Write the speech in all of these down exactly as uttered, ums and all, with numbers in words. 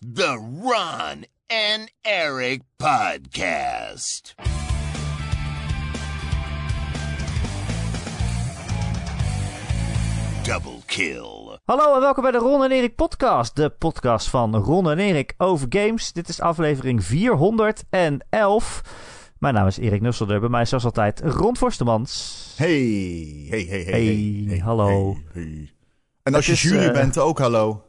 The Ron and Eric Podcast. Double kill. Hallo en welkom bij de Ron en Erik Podcast. De podcast van Ron en Erik over games. Dit is aflevering vierhonderdelf. Mijn naam is Erik Nusselder. Bij mij is zoals altijd Ron Forstemans. Hey, hey, hey, hey. Hey, hey, hey hallo. Hey, hey. En als Het je is, jury uh... bent, ook hallo.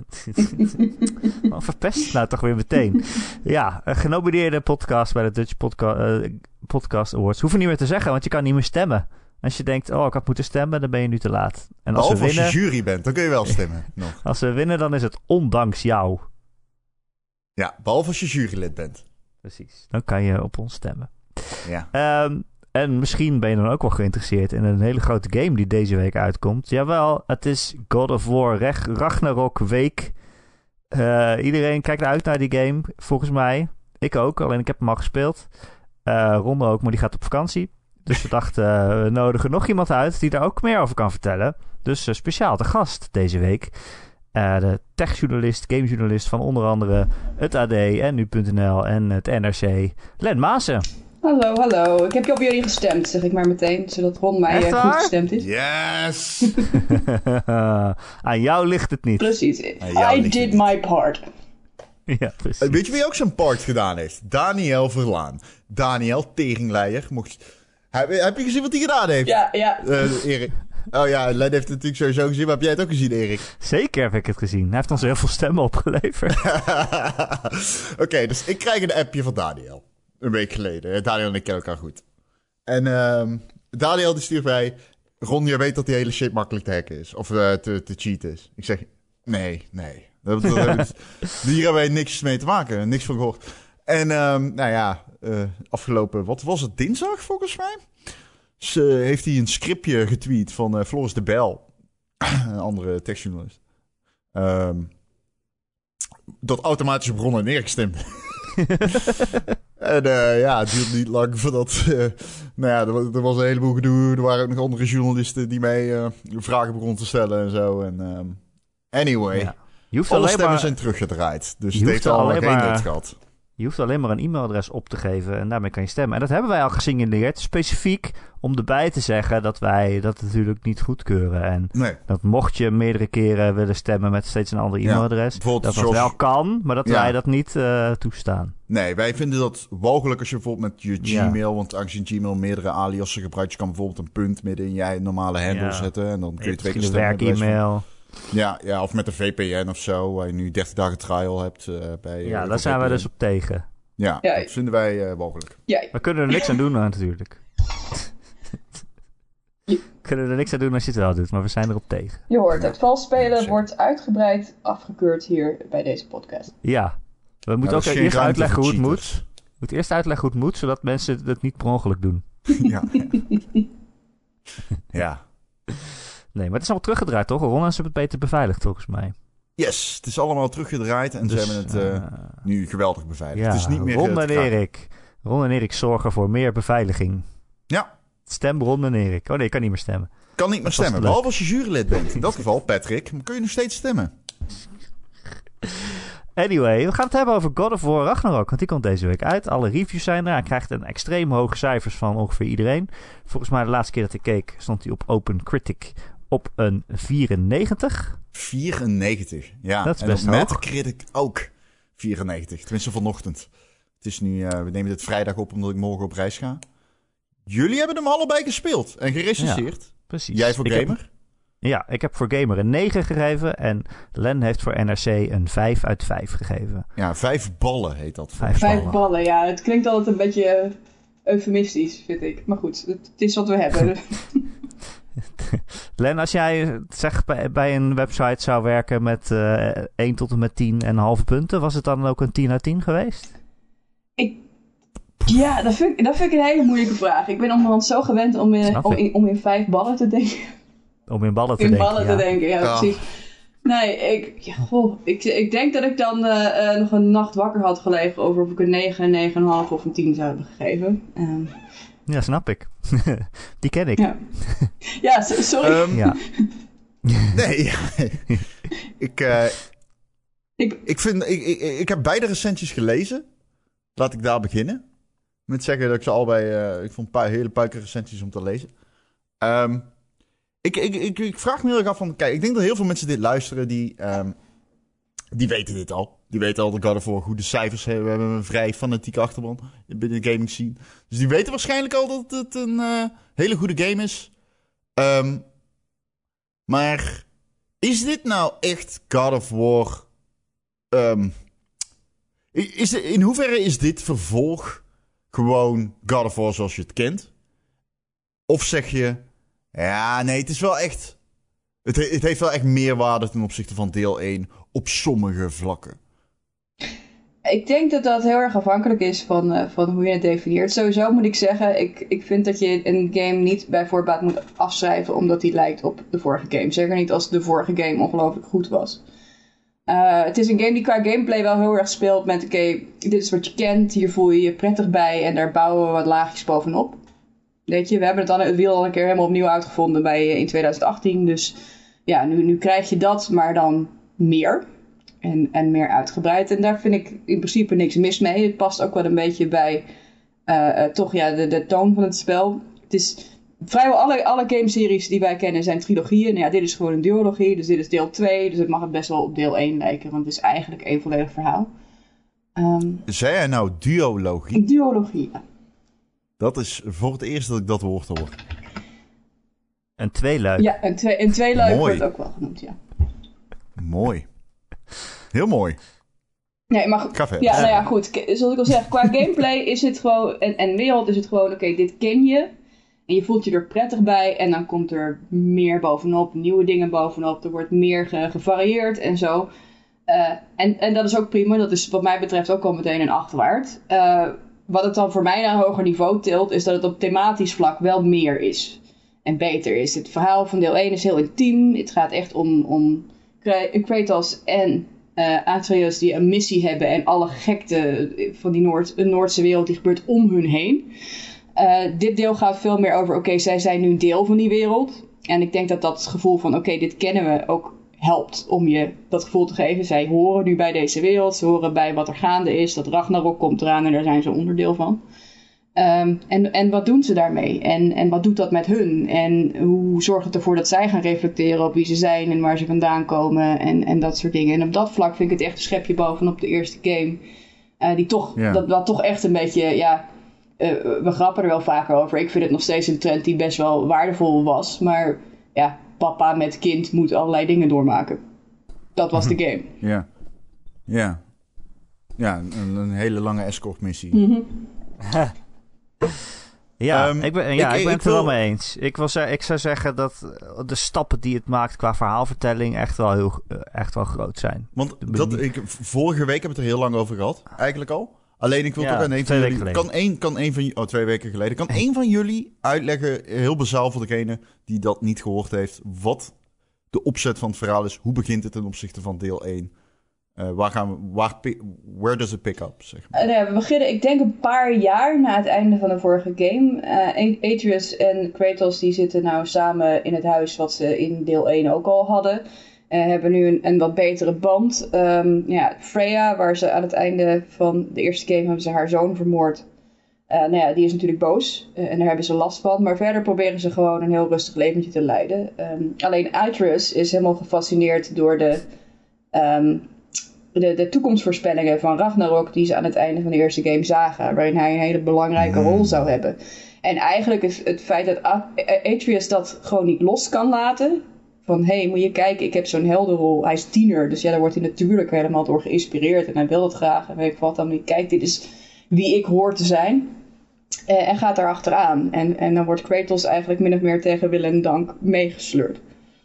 Oh, verpest het nou toch weer meteen. Ja, een genomineerde podcast bij de Dutch Podca- uh, Podcast Awards. Hoef je niet meer te zeggen, want je kan niet meer stemmen. Als je denkt, oh, ik had moeten stemmen, dan ben je nu te laat. En als Behalve we winnen, als je jury bent, dan kun je wel stemmen. nog. Als we winnen, dan is het ondanks jou. Ja, behalve als je jurylid bent. Precies. Dan kan je op ons stemmen. Ja. Um, en misschien ben je dan ook wel geïnteresseerd in een hele grote game die deze week uitkomt. Jawel, het is God of War Rech- Ragnarok week. Uh, iedereen kijkt uit naar die game, volgens mij. Ik ook, alleen ik heb hem al gespeeld. Uh, Ronde ook, maar die gaat op vakantie. Dus we dachten, uh, we nodigen nog iemand uit die daar ook meer over kan vertellen. Dus uh, speciaal te gast deze week. Uh, de techjournalist, gamejournalist van onder andere het A D en nu punt n l en het N R C, Len Maassen. Hallo, hallo. Ik heb je op jullie gestemd, zeg ik maar meteen, zodat Ron mij uh, goed gestemd is. Yes! Aan jou ligt het niet. Precies. I did niet. my part. Ja, precies. Weet je wie ook zijn part gedaan heeft? Daniel Verlaan. Daniel Teringleier. Mocht... Heb, heb je gezien wat hij gedaan heeft? Ja, ja. Uh, Erik. Oh ja, Len heeft het natuurlijk sowieso gezien, maar heb jij het ook gezien, Erik? Zeker heb ik het gezien. Hij heeft ons heel veel stemmen opgeleverd. Oké, okay, dus ik krijg een appje van Daniel. Een week geleden. Daniel en ik kennen elkaar goed. En um, Daniel die stuurt mij... Ron, je weet dat die hele shit makkelijk te hacken is. Of uh, te, te cheaten is. Ik zeg, nee, nee. Dat, dat hebben we, hier hebben wij niks mee te maken. Niks van gehoord. En um, nou ja, uh, afgelopen... Wat was het? Dinsdag volgens mij? Dus, uh, heeft hij een scriptje getweet van uh, Floris de Bijl. Een andere tekstjournalist. Um, dat automatisch op Ron en Erik stemde. En uh, ja, het duurde niet lang voordat... Uh, nou ja, er, er was een heleboel gedoe. Er waren ook nog andere journalisten die mij uh, vragen begonnen te stellen en zo. En um, anyway, ja. Je hoeft alle alleen stemmen maar... zijn teruggedraaid. Dus Je het hoeft heeft allemaal alleen geen maar- nut gehad. Je hoeft alleen maar een e-mailadres op te geven en daarmee kan je stemmen. En dat hebben wij al gesignaleerd, specifiek om erbij te zeggen dat wij dat natuurlijk niet goedkeuren. En Nee. dat mocht je meerdere keren willen stemmen met steeds een ander Ja, e-mailadres, bijvoorbeeld dat dat zoals- wel kan, maar dat Ja. wij dat niet uh, toestaan. Nee, wij vinden dat walgelijk als je bijvoorbeeld met je Ja. Gmail... Want aangezien Gmail meerdere aliasen gebruikt... Je kan bijvoorbeeld een punt midden in jij normale handle Ja. zetten. En dan kun je twee keer Misschien een stemmen. bij wijze van- werk-e-mail. Ja, ja, of met een V P N of zo. Waar je nu dertig dagen trial hebt uh, bij... uh, Ja, voor daar zijn wij V P N. dus op tegen. Ja, Ja. dat vinden wij uh, walgelijk. Ja, We kunnen er niks aan doen natuurlijk. We kunnen er niks aan doen als je het wel doet, maar we zijn erop tegen. je hoort het. Vals spelen Zeker. wordt uitgebreid afgekeurd hier bij deze podcast. Ja, we moeten Ja, er ook is geen eerst ruimte uitleggen hoe voor het moet. cheaters. We moeten eerst uitleggen hoe het moet, zodat mensen het niet per ongeluk doen. Ja. Ja. Nee, maar het is allemaal teruggedraaid, toch? Ron en ze hebben het beter beveiligd, volgens mij. Yes, het is allemaal teruggedraaid en Dus, ze hebben het uh, uh, nu geweldig beveiligd. ja, Het is niet meer... Ron uh, en te kraken. Erik. Ron en Erik zorgen voor meer beveiliging. Ja, Stem Ron en Erik. Oh nee, ik kan niet meer stemmen. kan niet meer was stemmen. leuk. Behalve als je jurylid bent. In dat geval, Patrick, kun je nog steeds stemmen. Anyway, we gaan het hebben over God of War Ragnarok, want die komt deze week uit. Alle reviews zijn er. Hij krijgt een extreem hoge cijfers van ongeveer iedereen. Volgens mij de laatste keer dat ik keek, stond hij op Open Critic op een vierennegentig. vierennegentig. Ja, Dat is en best op hoog. Metacritic ook vierennegentig. Tenminste vanochtend. Het is nu, uh, we nemen dit vrijdag op omdat ik morgen op reis ga. Jullie hebben hem allebei gespeeld en gerecenseerd. Precies. Jij voor Ik heb- gamer? Ja, ik heb voor Gamer een negen gegeven en Len heeft voor N R C een vijf uit vijf gegeven. Ja, vijf ballen heet dat. Vijf Vijf ballen. ballen, ja. Het klinkt altijd een beetje uh, eufemistisch, vind ik. Maar goed, het, het is wat we hebben. Len, als jij zeg, bij, bij een website zou werken met uh, één tot en met tien en halve punten, was het dan ook een tien uit tien geweest? ik, ja, dat vind, ik, dat vind ik een hele moeilijke vraag. Ik ben onderhand zo gewend om, uh, Snap om, ik. in, om in vijf ballen te denken. Om in ballen te In denken. ballen ja. te denken, ja, Ja. precies. Nee, ik, ja, goh, ik, ik denk dat ik dan uh, uh, nog een nacht wakker had gelegen over of ik een negen, een negen komma vijf of een tien zou hebben gegeven. Um, Ja, snap ik. Die ken ik. ja, ja so- sorry. Um, Ja. Nee, ja. ik, uh, Ik, Ik, vind, ik, ik, ik heb beide recensies gelezen. Laat ik daar beginnen. Met zeggen dat ik ze allebei... Uh, ik vond een paar hele puike recensies om te lezen. Um, ik, ik, ik, ik vraag me heel erg af van... Kijk, ik denk dat heel veel mensen dit luisteren die... Um, die weten dit al. Die weten al dat God of War goede cijfers hebben. We hebben een vrij fanatieke achterban binnen de gaming scene. Dus die weten waarschijnlijk al dat het een uh, hele goede game is. Um, maar is dit nou echt God of War... Um, is de, in hoeverre is dit vervolg gewoon God of War zoals je het kent? Of zeg je... Ja, nee, het is wel echt... Het, he, het heeft wel echt meerwaarde ten opzichte van deel één op sommige vlakken. Ik denk dat dat heel erg afhankelijk is van, uh, van hoe je het definieert. Sowieso moet ik zeggen, ik, ik vind dat je een game niet bij voorbaat moet afschrijven omdat die lijkt op de vorige game. Zeker niet als de vorige game ongelooflijk goed was. Uh, het is een game die qua gameplay wel heel erg speelt met... Oké, okay, dit is wat je kent, hier voel je je prettig bij en daar bouwen we wat laagjes bovenop. Weet je, we hebben het, al, het wiel al een keer helemaal opnieuw uitgevonden bij, in twintig achttien. Dus ja, nu, nu krijg je dat, maar dan meer. En, en meer uitgebreid. En daar vind ik in principe niks mis mee. Het past ook wel een beetje bij uh, uh, toch ja, de, de toon van het spel. Het is... Vrijwel alle, alle gameseries die wij kennen zijn trilogieën. Nou ja, dit is gewoon een duologie, dus dit is deel twee. Dus het mag het best wel op deel één lijken, want het is eigenlijk één volledig verhaal. Um, Zei jij nou duologie? Duologie, ja. Dat is voor het eerst dat ik dat woord hoor. Een tweeluik. Ja, een, twee, een tweeluik Mooi. wordt ook wel genoemd, ja. Mooi. Heel mooi. Nee, maar Ga verder. ja, nou ja, goed. Zoals ik al zeg, qua gameplay is het gewoon... En, en wereld is het gewoon, oké, okay, dit ken je... En je voelt je er prettig bij en dan komt er meer bovenop, nieuwe dingen bovenop. Er wordt meer ge- gevarieerd en zo. Uh, en, en dat is ook prima. Dat is wat mij betreft ook al meteen een acht waard. Uh, wat het dan voor mij naar een hoger niveau tilt, is dat het op thematisch vlak wel meer is. En beter is. Het verhaal van deel één is heel intiem. Het gaat echt om, om Kratos en uh, Atreus die een missie hebben. En alle gekte van die Noord, Noordse wereld die gebeurt om hun heen. Uh, dit deel gaat veel meer over, oké, okay, zij zijn nu deel van die wereld. En ik denk dat dat gevoel van, oké, okay, dit kennen we, ook helpt om je dat gevoel te geven. Zij horen nu bij deze wereld, ze horen bij wat er gaande is. Dat Ragnarok komt eraan en daar zijn ze onderdeel van. Um, en, en wat doen ze daarmee? En, en wat doet dat met hun? En hoe zorgt het ervoor dat zij gaan reflecteren op wie ze zijn en waar ze vandaan komen en, en dat soort dingen. En op dat vlak vind ik het echt een schepje bovenop de eerste game. Uh, die toch, ja. dat, dat toch echt een beetje, ja... Uh, we grappen er wel vaker over. Ik vind het nog steeds een trend die best wel waardevol was. Maar ja, papa met kind moet allerlei dingen doormaken. Dat was de game. Ja. Ja. Ja, een, een hele lange escortmissie. Mm-hmm. ja, um, ik ben, ja, ik, ik ben het er wel wil... mee eens. Ik, wil ze, ik zou zeggen dat de stappen die het maakt qua verhaalvertelling echt wel, heel, echt wel groot zijn. Want dat, ik, vorige week heb ik het er heel lang over gehad. Eigenlijk al. Alleen ik wil ja, toch aan een van jullie... Kan één, kan één van jullie... Oh, twee weken geleden. Kan één van jullie uitleggen, heel bazaal voor degene die dat niet gehoord heeft, wat de opzet van het verhaal is? Hoe begint het ten opzichte van deel één? Uh, waar gaan we... Waar, where does it pick up, zeg maar? Uh, nee, we beginnen, ik denk een paar jaar na het einde van de vorige game. Uh, Atreus en Kratos die zitten nou samen in het huis wat ze in deel één ook al hadden. Uh, hebben nu een, een wat betere band. Um, ja, Freya, waar ze aan het einde van de eerste game hebben ze haar zoon vermoord. Uh, nou ja, die is natuurlijk boos. Uh, en daar hebben ze last van. Maar verder proberen ze gewoon een heel rustig leventje te leiden. Um, alleen Atreus is helemaal gefascineerd door de, um, de, de toekomstvoorspellingen van Ragnarok die ze aan het einde van de eerste game zagen. Waarin hij een hele belangrijke rol zou hebben. En eigenlijk is het feit dat Atreus dat gewoon niet los kan laten... Van, hé, hey, moet je kijken, ik heb zo'n heldenrol. Hij is tiener, dus ja, daar wordt hij natuurlijk helemaal door geïnspireerd. En hij wil het graag. En weet ik wat dan, kijk, dit is wie ik hoor te zijn. Uh, en gaat daar achteraan. En, en dan wordt Kratos eigenlijk min of meer tegen wil en dank meegesleurd.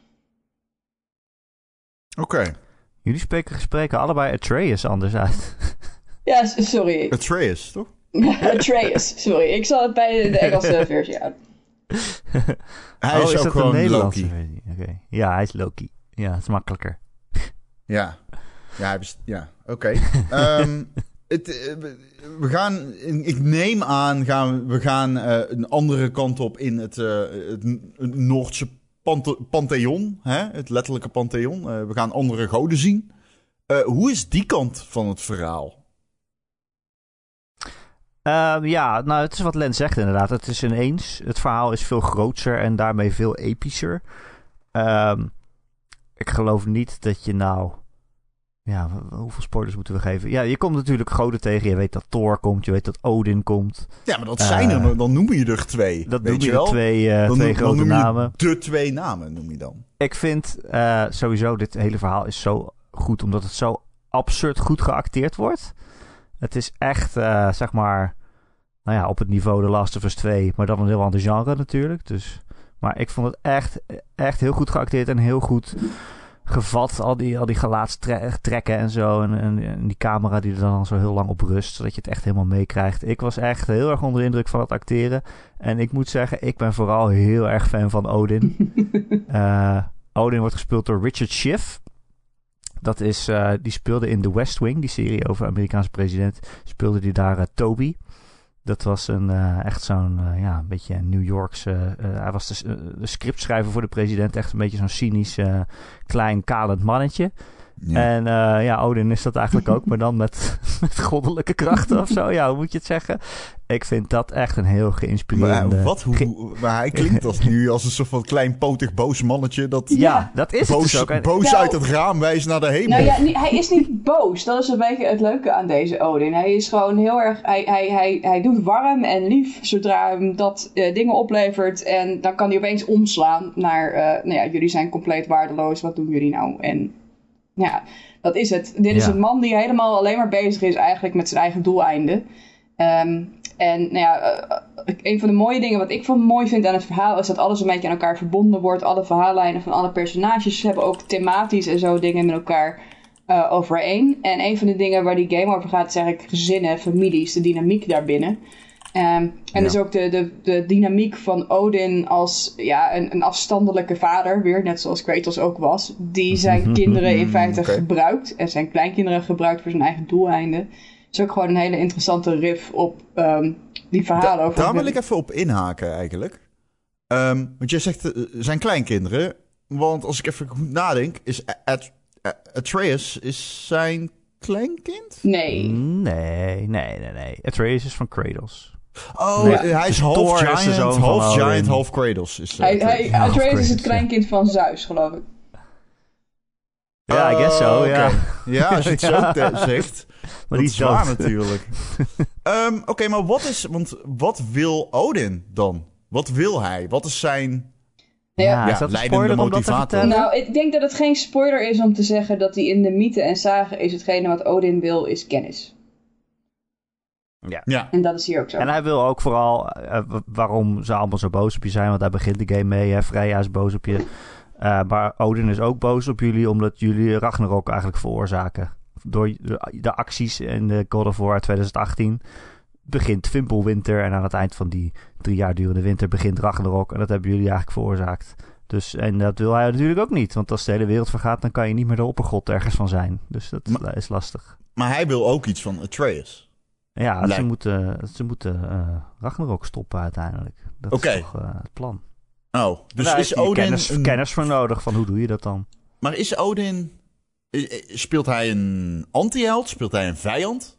Oké. Okay. Jullie spreken, spreken allebei Atreus anders uit. Ja, sorry. Atreus, toch? Atreus, sorry. Ik zal het bij de Engelse versie uit. Hij oh, is, is ook dat gewoon een Nederlandse Loki. versie? Okay. Ja, hij is Loki. Ja, het is makkelijker. Ja. Ja, hij best... ja. oké. Okay. um, we gaan... Ik neem aan, gaan, we gaan uh, een andere kant op in het, uh, het, het Noordse pante- pantheon. Hè? Het letterlijke pantheon. Uh, we gaan andere goden zien. Uh, hoe is die kant van het verhaal? Uh, ja, nou, het is wat Len zegt inderdaad. Het is ineens, het verhaal is veel groter en daarmee veel epischer. Um, ik geloof niet dat je nou... Ja, hoeveel spoilers moeten we geven? Ja, je komt natuurlijk goden tegen. Je weet dat Thor komt, je weet dat Odin komt. Ja, maar dat zijn er, uh, dan noem je er twee. Dat weet noem je, je wel? twee, uh, dan twee noem, grote dan noem je namen. De twee namen noem je dan. Ik vind uh, sowieso, dit hele verhaal is zo goed, omdat het zo absurd goed geacteerd wordt. Het is echt, uh, zeg maar, nou ja, op het niveau The Last of Us twee, maar dan een heel ander genre natuurlijk. Dus, maar ik vond het echt, echt heel goed geacteerd en heel goed gevat. Al die, al die gelaatstrekken en zo. En, en, en die camera die er dan zo heel lang op rust, zodat je het echt helemaal meekrijgt. Ik was echt heel erg onder de indruk van het acteren. En ik moet zeggen, ik ben vooral heel erg fan van Odin. uh, Odin wordt gespeeld door Richard Schiff. Dat is, uh, die speelde in The West Wing, die serie over de Amerikaanse president. Speelde die daar uh, Toby. Dat was een, uh, echt zo'n, uh, ja, een beetje een New Yorkse... Uh, hij was de, uh, de scriptschrijver voor de president. Echt een beetje zo'n cynisch, uh, klein, kalend mannetje. Ja. En uh, ja, Odin is dat eigenlijk ook, maar dan met, met goddelijke krachten of zo. Ja, hoe moet je het zeggen? Ik vind dat echt een heel geïnspireerde... Maar, wat, hoe, ge- maar hij klinkt als nu als een soort van klein, potig, boos mannetje. Dat ja, dat is boos, het dus ook. Boos nou, uit het raam wijst naar de hemel. Nou ja, hij is niet boos. Dat is een beetje het leuke aan deze Odin. Hij is gewoon heel erg... Hij, hij, hij, hij doet warm en lief zodra hem dat uh, dingen oplevert. En dan kan hij opeens omslaan naar... Uh, nou ja, jullie zijn compleet waardeloos. Wat doen jullie nou? En ja, dat is het. Dit is ja. een man die helemaal alleen maar bezig is eigenlijk met zijn eigen doeleinden. Um, en nou ja, uh, een van de mooie dingen wat ik van mooi vind aan het verhaal is dat alles een beetje aan elkaar verbonden wordt. Alle verhaallijnen van alle personages hebben ook thematisch en zo dingen met elkaar uh, overeen. En een van de dingen waar die game over gaat is eigenlijk gezinnen, families, de dynamiek daarbinnen. Um, en ja. dus ook de, de, de dynamiek van Odin als ja, een, een afstandelijke vader, weer net zoals Kratos ook was, die zijn kinderen in feite okay. gebruikt en zijn kleinkinderen gebruikt voor zijn eigen doeleinden. Is ook gewoon een hele interessante riff op um, die verhalen da- over... Daar wil ik even op inhaken eigenlijk. Um, want jij zegt uh, zijn kleinkinderen. Want als ik even goed nadenk, is At- Atreus is zijn kleinkind? Nee. Nee, nee, nee, nee. Atreus is van Kratos. Oh, nee, hij is half Thor giant, is half giant, half Kratos. Is, uh, hij, hij, ja, Atreus Kratos, is het kleinkind ja. van Zeus, geloof ik. Ja, uh, I guess so, okay. ja. Ja, als je het zo te- zegt. Maar die is waar natuurlijk. um, Oké, okay, maar wat is... Want wat wil Odin dan? Wat wil hij? Wat is zijn... Ja, ja, is dat een spoiler om dat te vertellen? Nou, ik denk dat het geen spoiler is om te zeggen dat hij in de mythe en zagen is hetgene wat Odin wil, is kennis. Ja. ja. En dat is hier ook zo. En hij wil ook vooral uh, waarom ze allemaal zo boos op je zijn, want daar begint de game mee. Hè? Freya is boos op je. Uh, maar Odin is ook boos op jullie, omdat jullie Ragnarok eigenlijk veroorzaken. Door de, de acties in de God of War twintig achttien begint Fimbulwinter en aan het eind van die drie jaar durende winter begint Ragnarok. En dat hebben jullie eigenlijk veroorzaakt. Dus, en dat wil hij natuurlijk ook niet. Want als de hele wereld vergaat, dan kan je niet meer de oppergod ergens van zijn. Dus dat maar, is lastig. Maar hij wil ook iets van Atreus. Ja, Lijn. ze moeten, ze moeten uh, Ragnarok stoppen uiteindelijk. Dat okay. is toch uh, het plan. Oh, dus nou, is Odin... Kennis, een... kennis voor nodig van hoe doe je dat dan? Maar is Odin... Speelt hij een anti-held? Speelt hij een vijand?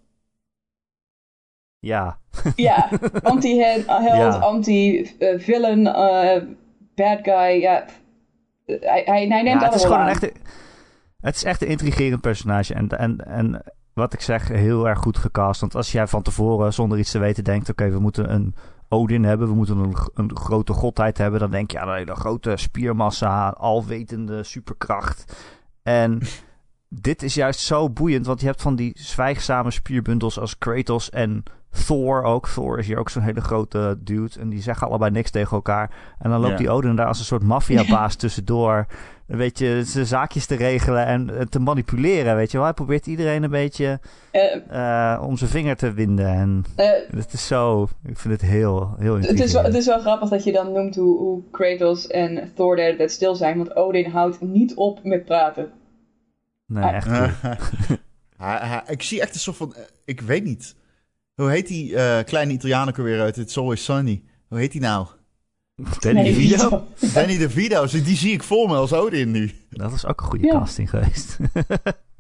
Ja. Ja, anti-held, ja. anti-villain, uh, bad guy, ja. Hij, hij, hij neemt ja, het is gewoon aan. een echte... Het is echt een intrigerend personage. En, en, en wat ik zeg, heel erg goed gecast. Want als jij van tevoren zonder iets te weten denkt... Oké, okay, we moeten een Odin hebben. We moeten een, een grote godheid hebben. Dan denk je aan een hele grote spiermassa. Alwetende superkracht. En... Dit is juist zo boeiend, want je hebt van die zwijgzame spierbundels als Kratos en Thor ook. Thor is hier ook zo'n hele grote dude en die zeggen allebei niks tegen elkaar. En dan loopt ja. die Odin daar als een soort maffiabaas tussendoor. Weet je, zijn zaakjes te regelen en te manipuleren, weet je wel. Hij probeert iedereen een beetje uh, uh, om zijn vinger te winden. En uh, het is zo, ik vind het heel, heel het is, wel, het is wel grappig dat je dan noemt hoe, hoe Kratos en Thor de hele tijd stil zijn, want Odin houdt niet op met praten. Nee, echt niet. Ik zie echt een soort van... Ik weet niet. Hoe heet die uh, kleine Italiaan ook weer uit It's Always Sunny? Hoe heet die nou? Danny nee, DeVito? Danny DeVito. Die zie ik voor me als Odin nu. Dat was ook een goede ja. casting geweest.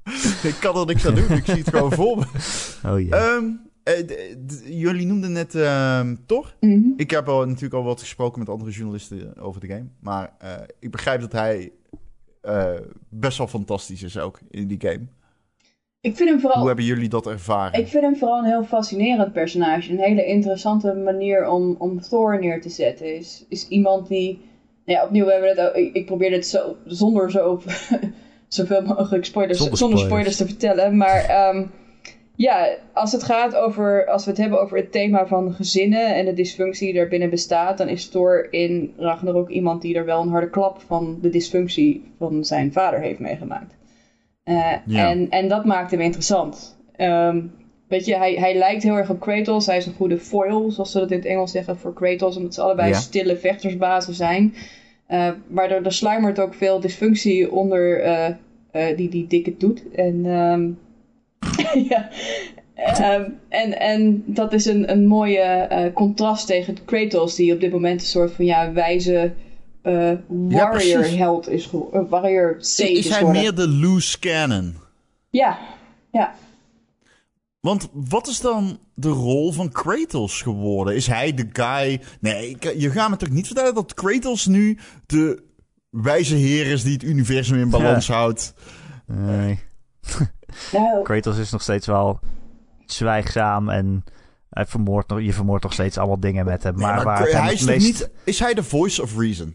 Ik kan er niks aan doen, ik zie het gewoon voor me. Oh ja. Um, uh, d- d- jullie noemden net uh, Thor. Mm-hmm. Ik heb al, natuurlijk al wat gesproken met andere journalisten over de game. Maar uh, ik begrijp dat hij uh, best wel fantastisch is ook in die game. Ik vind hem vooral... Hoe hebben jullie dat ervaren? Ik vind hem vooral een heel fascinerend personage. Een hele interessante manier om, om Thor neer te zetten. Is, is iemand die... Ja, opnieuw, we hebben het, ook- ik, ik probeer dit zo, zonder zo, zoveel mogelijk spoilers, Zonder zonder, spoilers. spoilers te vertellen. Maar um, ja, als het gaat over... Als we het hebben over het thema van gezinnen en de dysfunctie die daarbinnen bestaat... dan is Thor in Ragnarok iemand die er wel een harde klap van de dysfunctie van zijn vader heeft meegemaakt. Uh, Ja. en, en dat maakt hem interessant. Um, weet je, hij, hij lijkt heel erg op Kratos. Hij is een goede foil, zoals ze dat in het Engels zeggen, voor Kratos. Omdat ze allebei Ja. stille vechtersbazen zijn. Uh, maar er, er sluimert ook veel dysfunctie onder uh, uh, die, die dikke doet. En, um, ja. um, en, en dat is een, een mooie uh, contrast tegen Kratos, die op dit moment een soort van ja, wijze uh, warrior precies. held is geworden. Uh, warrior sage is, is hij geworden. meer de loose cannon? Ja, ja. Want wat is dan de rol van Kratos geworden? Is hij de guy... Nee, ik- je gaat me toch niet vertellen dat Kratos nu de wijze heer is die het universum in balans houdt? Nee. Nou, Kratos is nog steeds wel zwijgzaam en hij vermoordt nog, je vermoordt nog steeds allemaal dingen met hem. Maar, Nee, waar Kra- het hem hij het is toch meest... niet... Is hij de voice of reason?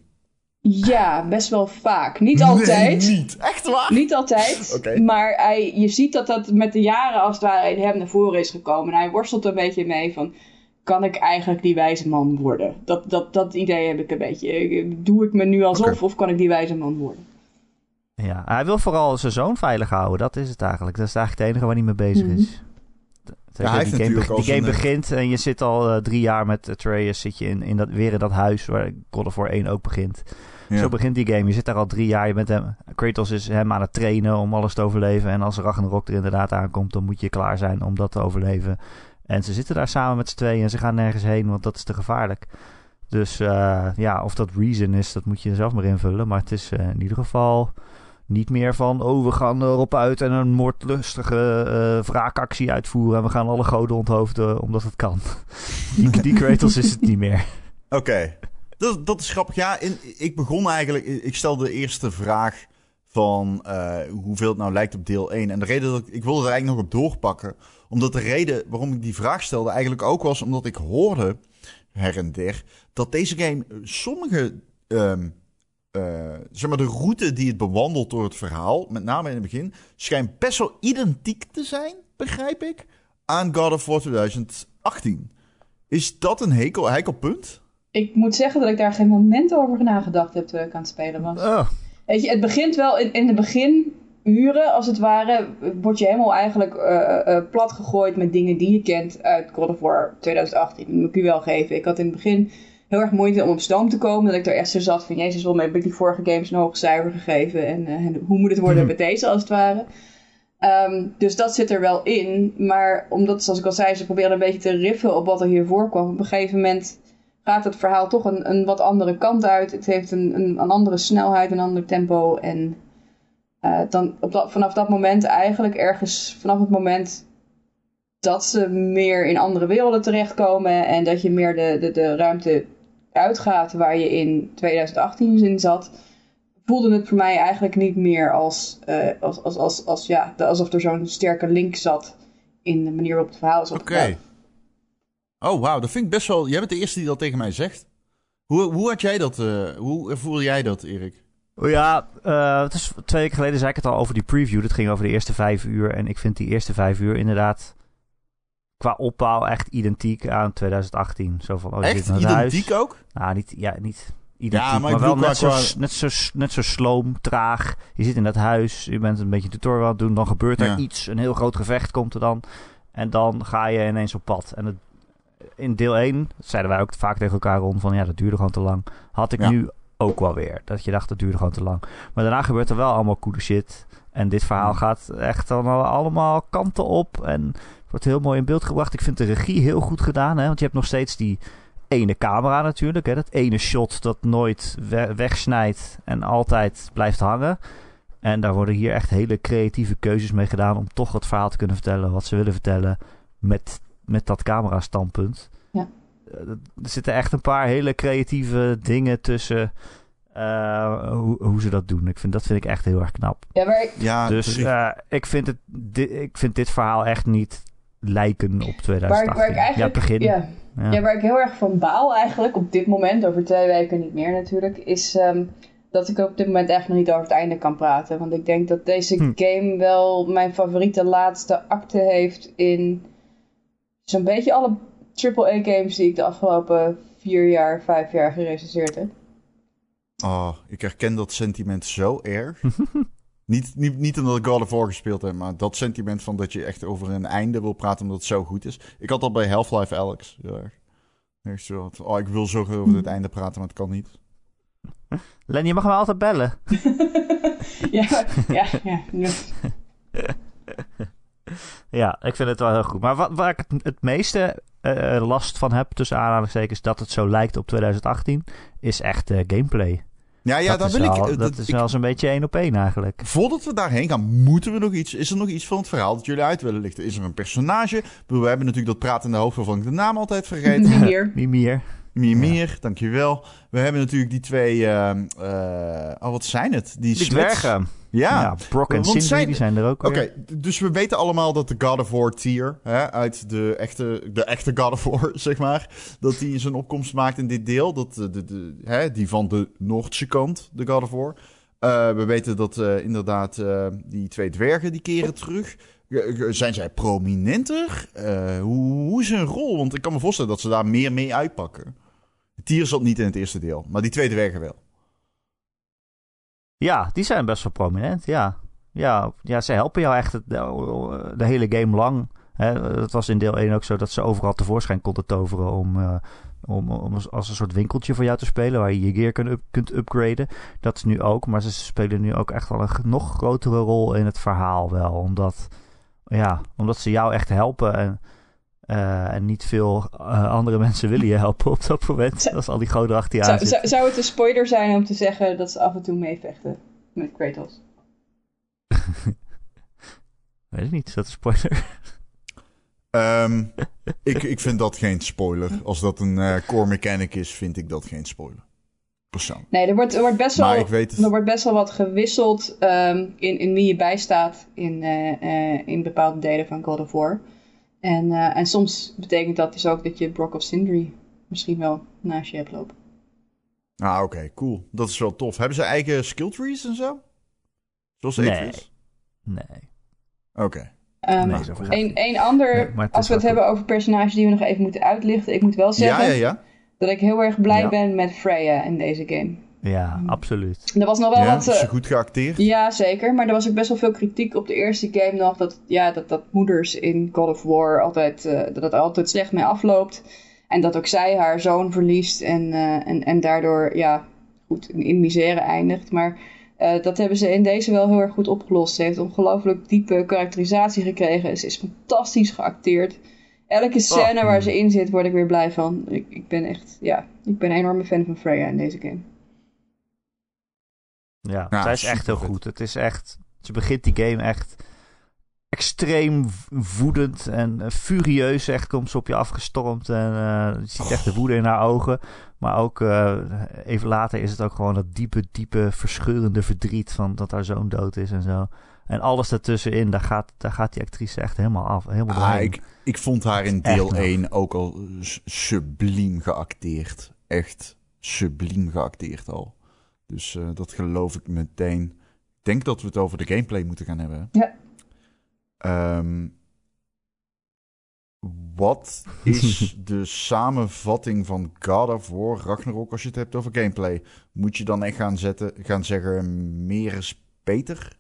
ja, best wel vaak. Niet altijd. Nee, niet. Echt waar? Niet altijd, Oké. maar hij, je ziet dat dat met de jaren als het ware in hem naar voren is gekomen. En hij worstelt een beetje mee van, kan ik eigenlijk die wijze man worden? Dat, dat, dat idee heb ik een beetje. Doe ik me nu alsof Oké. of kan ik die wijze man worden? Ja, hij wil vooral zijn zoon veilig houden. Dat is het eigenlijk. Dat is eigenlijk het enige waar hij mee bezig Mhm. is. Ja, hij heeft die game, natuurlijk be- al die game zijn, eh, begint en je zit al uh, drie jaar met Atreus. Zit je in, in dat, weer in dat huis waar God of War één ook begint. Ja. Zo begint die game. Je zit daar al drie jaar. Je bent hem, Kratos is hem aan het trainen om alles te overleven. En als Ragnarok er inderdaad aankomt, dan moet je klaar zijn om dat te overleven. En ze zitten daar samen met z'n tweeën en ze gaan nergens heen, want dat is te gevaarlijk. Dus uh, ja, of dat reason is, dat moet je zelf maar invullen. Maar het is uh, in ieder geval niet meer van, oh, we gaan erop uit en een moordlustige uh, wraakactie uitvoeren. En we gaan alle goden onthoofden, omdat het kan. die, die Kratos is het niet meer. Oké. Okay. Dat, dat is grappig. Ja, in, ik begon eigenlijk... Ik stelde de eerste vraag van uh, hoeveel het nou lijkt op deel één. En de reden dat ik... Ik wilde er eigenlijk nog op doorpakken. Omdat de reden waarom ik die vraag stelde eigenlijk ook was omdat ik hoorde, her en der, dat deze game sommige... Um, uh, zeg maar de route die het bewandelt door het verhaal, met name in het begin, schijnt best wel identiek te zijn, begrijp ik, aan God of War twintig achttien. Is dat een hekel, heikel punt? Ik moet zeggen dat ik daar geen moment over nagedacht heb terwijl ik aan het spelen was. Oh. Weet je, het begint wel in, in de beginuren, als het ware, word je helemaal eigenlijk uh, uh, plat gegooid met dingen die je kent uit God of War twintig achttien. Dat moet ik u wel geven. Ik had in het begin heel erg moeite om op stoom te komen. Dat ik er echt zo zat van, jezus, waarom heb ik die vorige games een hoog cijfer gegeven? En, uh, en hoe moet het worden Mm-hmm. met deze, als het ware? Um, dus dat zit er wel in. Maar omdat, zoals ik al zei, ze proberen een beetje te riffen op wat er hier voorkwam. Op een gegeven moment gaat het verhaal toch een, een wat andere kant uit. Het heeft een, een, een andere snelheid, een ander tempo. En uh, dan op dat, vanaf dat moment eigenlijk ergens, vanaf het moment dat ze meer in andere werelden terechtkomen en dat je meer de, de, de ruimte uitgaat waar je in twintig achttien in zat, voelde het voor mij eigenlijk niet meer als, uh, als, als, als, als ja, alsof er zo'n sterke link zat in de manier waarop het verhaal is Oké. opgebouwd. Oh, wauw. Dat vind ik best wel... Jij bent de eerste die dat tegen mij zegt. Hoe, hoe had jij dat... Uh, hoe ervoer jij dat, Erik? Oh ja, uh, het is twee weken geleden zei ik het al over die preview. Dat ging over de eerste vijf uur. En ik vind die eerste vijf uur inderdaad qua opbouw echt identiek aan twintig achttien. Zo van, oh, je Echt? zit in het Identiek huis. ook? Nou, niet, ja, niet identiek, Ja, maar maar, ik wel bedoel net, qua- zo, qua- net, zo, net zo sloom, traag. Je zit in dat huis, je bent een beetje tutorial aan het doen. Dan gebeurt er Ja. iets, een heel groot gevecht komt er dan. En dan ga je ineens op pad. En het, in deel één, dat zeiden wij ook vaak tegen elkaar rond van, ja, dat duurde gewoon te lang. Had ik Ja. nu ook wel weer. Dat je dacht, dat duurde gewoon te lang. Maar daarna gebeurt er wel allemaal coole shit. En dit verhaal Ja. gaat echt dan al allemaal kanten op. En wordt heel mooi in beeld gebracht. Ik vind de regie heel goed gedaan. Hè? Want je hebt nog steeds die ene camera natuurlijk. Hè? Dat ene shot dat nooit we- wegsnijdt en altijd blijft hangen. En daar worden hier echt hele creatieve keuzes mee gedaan om toch het verhaal te kunnen vertellen wat ze willen vertellen met, met dat camera-standpunt. Ja. Er zitten echt een paar hele creatieve dingen tussen uh, hoe, hoe ze dat doen. Ik vind, dat vind ik echt heel erg knap. Ja, maar ik... Ja, dus uh, ik, vind het, di- ik vind dit verhaal echt niet lijken op twintig achttien. Waar, waar ik eigenlijk, ja, het begin. Ja. Ja. ja, waar ik heel erg van baal eigenlijk op dit moment, over twee weken niet meer natuurlijk, is um, dat ik op dit moment echt nog niet over het einde kan praten. Want ik denk dat deze hm. game wel mijn favoriete laatste acte heeft in zo'n beetje alle triple A games die ik de afgelopen vier jaar, vijf jaar gerecenseerd heb. Oh, ik herken dat sentiment zo erg. niet, niet, niet omdat ik God of War gespeeld heb, maar dat sentiment van dat je echt over een einde wil praten omdat het zo goed is. Ik had dat bij Half-Life Alyx heel erg. Echt zo, oh, ik wil zo over het einde praten, maar het kan niet. Len, je mag me altijd bellen. ja, ja, ja. ja. Ja, ik vind het wel heel goed. Maar wat, waar ik het, het meeste uh, last van heb, tussen aanhalingstekens, dat het zo lijkt op twintig achttien, is echt uh, gameplay. Ja, ja, dat dan wil wel, ik... Uh, dat dat, is ik, wel zo'n beetje één op één eigenlijk. Voordat we daarheen gaan, moeten we nog iets... Is er nog iets van het verhaal dat jullie uit willen lichten? Is er een personage? We hebben natuurlijk dat pratende hoofd waarvan ik de naam altijd vergeet. Mimir. Mimir. Mimir, ja. Dankjewel. We hebben natuurlijk die twee... Uh, uh, oh, wat zijn het? Die, die dwergen. Ja. ja, Brock en Sindri, zijn... die zijn er ook. Oké, okay, dus we weten allemaal dat de God of War tier, hè, uit de echte, de echte God of War, zeg maar, dat die zijn opkomst maakt in dit deel. Dat, de, de, de, hè, die van de Noordse kant, de God of War. Uh, we weten dat uh, inderdaad uh, die twee dwergen, die keren terug. Uh, zijn zij prominenter? Uh, hoe, hoe is hun rol? Want ik kan me voorstellen dat ze daar meer mee uitpakken. De tier zat niet in het eerste deel, maar die twee dwergen wel. Ja, die zijn best wel prominent, ja. Ja, ja ze helpen jou echt de, de hele game lang. Het was in deel één ook zo dat ze overal tevoorschijn konden toveren om, uh, om, om als een soort winkeltje voor jou te spelen waar je je gear kunt, up, kunt upgraden. Dat is nu ook, maar ze spelen nu ook echt wel een nog grotere rol in het verhaal wel. Omdat, ja, omdat ze jou echt helpen en, uh, en niet veel uh, andere mensen willen je helpen op dat moment. Zou, als al die goden achter je aan zou, zou, zou het een spoiler zijn om te zeggen dat ze af en toe meevechten met Kratos? Weet ik niet, is dat een spoiler? Um, ik, ik vind dat geen spoiler. Als dat een uh, core mechanic is, vind ik dat geen spoiler. Persoonlijk. Nee, er wordt, er wordt, best, wel, het... er wordt best wel wat gewisseld um, in, in wie je bijstaat in, uh, uh, in bepaalde delen van God of War. En, uh, en soms betekent dat dus ook dat je Brock of Sindri misschien wel naast je hebt lopen. Ah, oké, okay, cool. Dat is wel tof. Hebben ze eigen skill trees en zo? Zoals nee. Atheist? Nee. Oké. Okay. Um, nee, een, een ander, nee, als we het hebben over personages die we nog even moeten uitlichten. Ik moet wel zeggen ja, ja, ja. dat ik heel erg blij ja. ben met Freya in deze game. Ja, um, absoluut. Er was nog wel ja, wat... Is ze goed geacteerd? Ja, zeker. Maar er was ook best wel veel kritiek op de eerste game nog. Dat, ja, dat, dat moeders in God of War altijd, uh, dat het altijd slecht mee afloopt. En dat ook zij haar zoon verliest. En, uh, en, en daardoor, ja, goed, in, in misère eindigt. Maar... Uh, dat hebben ze in deze wel heel erg goed opgelost. Ze heeft ongelooflijk diepe karakterisatie gekregen. Ze is fantastisch geacteerd. Elke scène oh. waar ze in zit, word ik weer blij van. Ik, ik ben echt, ja, ik ben een enorme fan van Freya in deze game. Ja, ja zij is echt heel goed. Het is echt, ze begint die game echt extreem woedend en uh, furieus. Echt komt ze op je afgestormd en uh, je ziet echt de woede in haar ogen. Maar ook uh, even later is het ook gewoon dat diepe, diepe, verscheurende verdriet van dat haar zoon dood is en zo. En alles daartussenin, daar gaat, daar gaat die actrice echt helemaal af. Helemaal ah, ik, ik vond haar in deel één ook al subliem geacteerd. Echt subliem geacteerd al. Dus uh, dat geloof ik meteen. Ik denk dat we het over de gameplay moeten gaan hebben. Ja. Um, wat is de samenvatting van God of War Ragnarok als je het hebt over gameplay? Moet je dan echt gaan, zetten, gaan zeggen, meer is beter?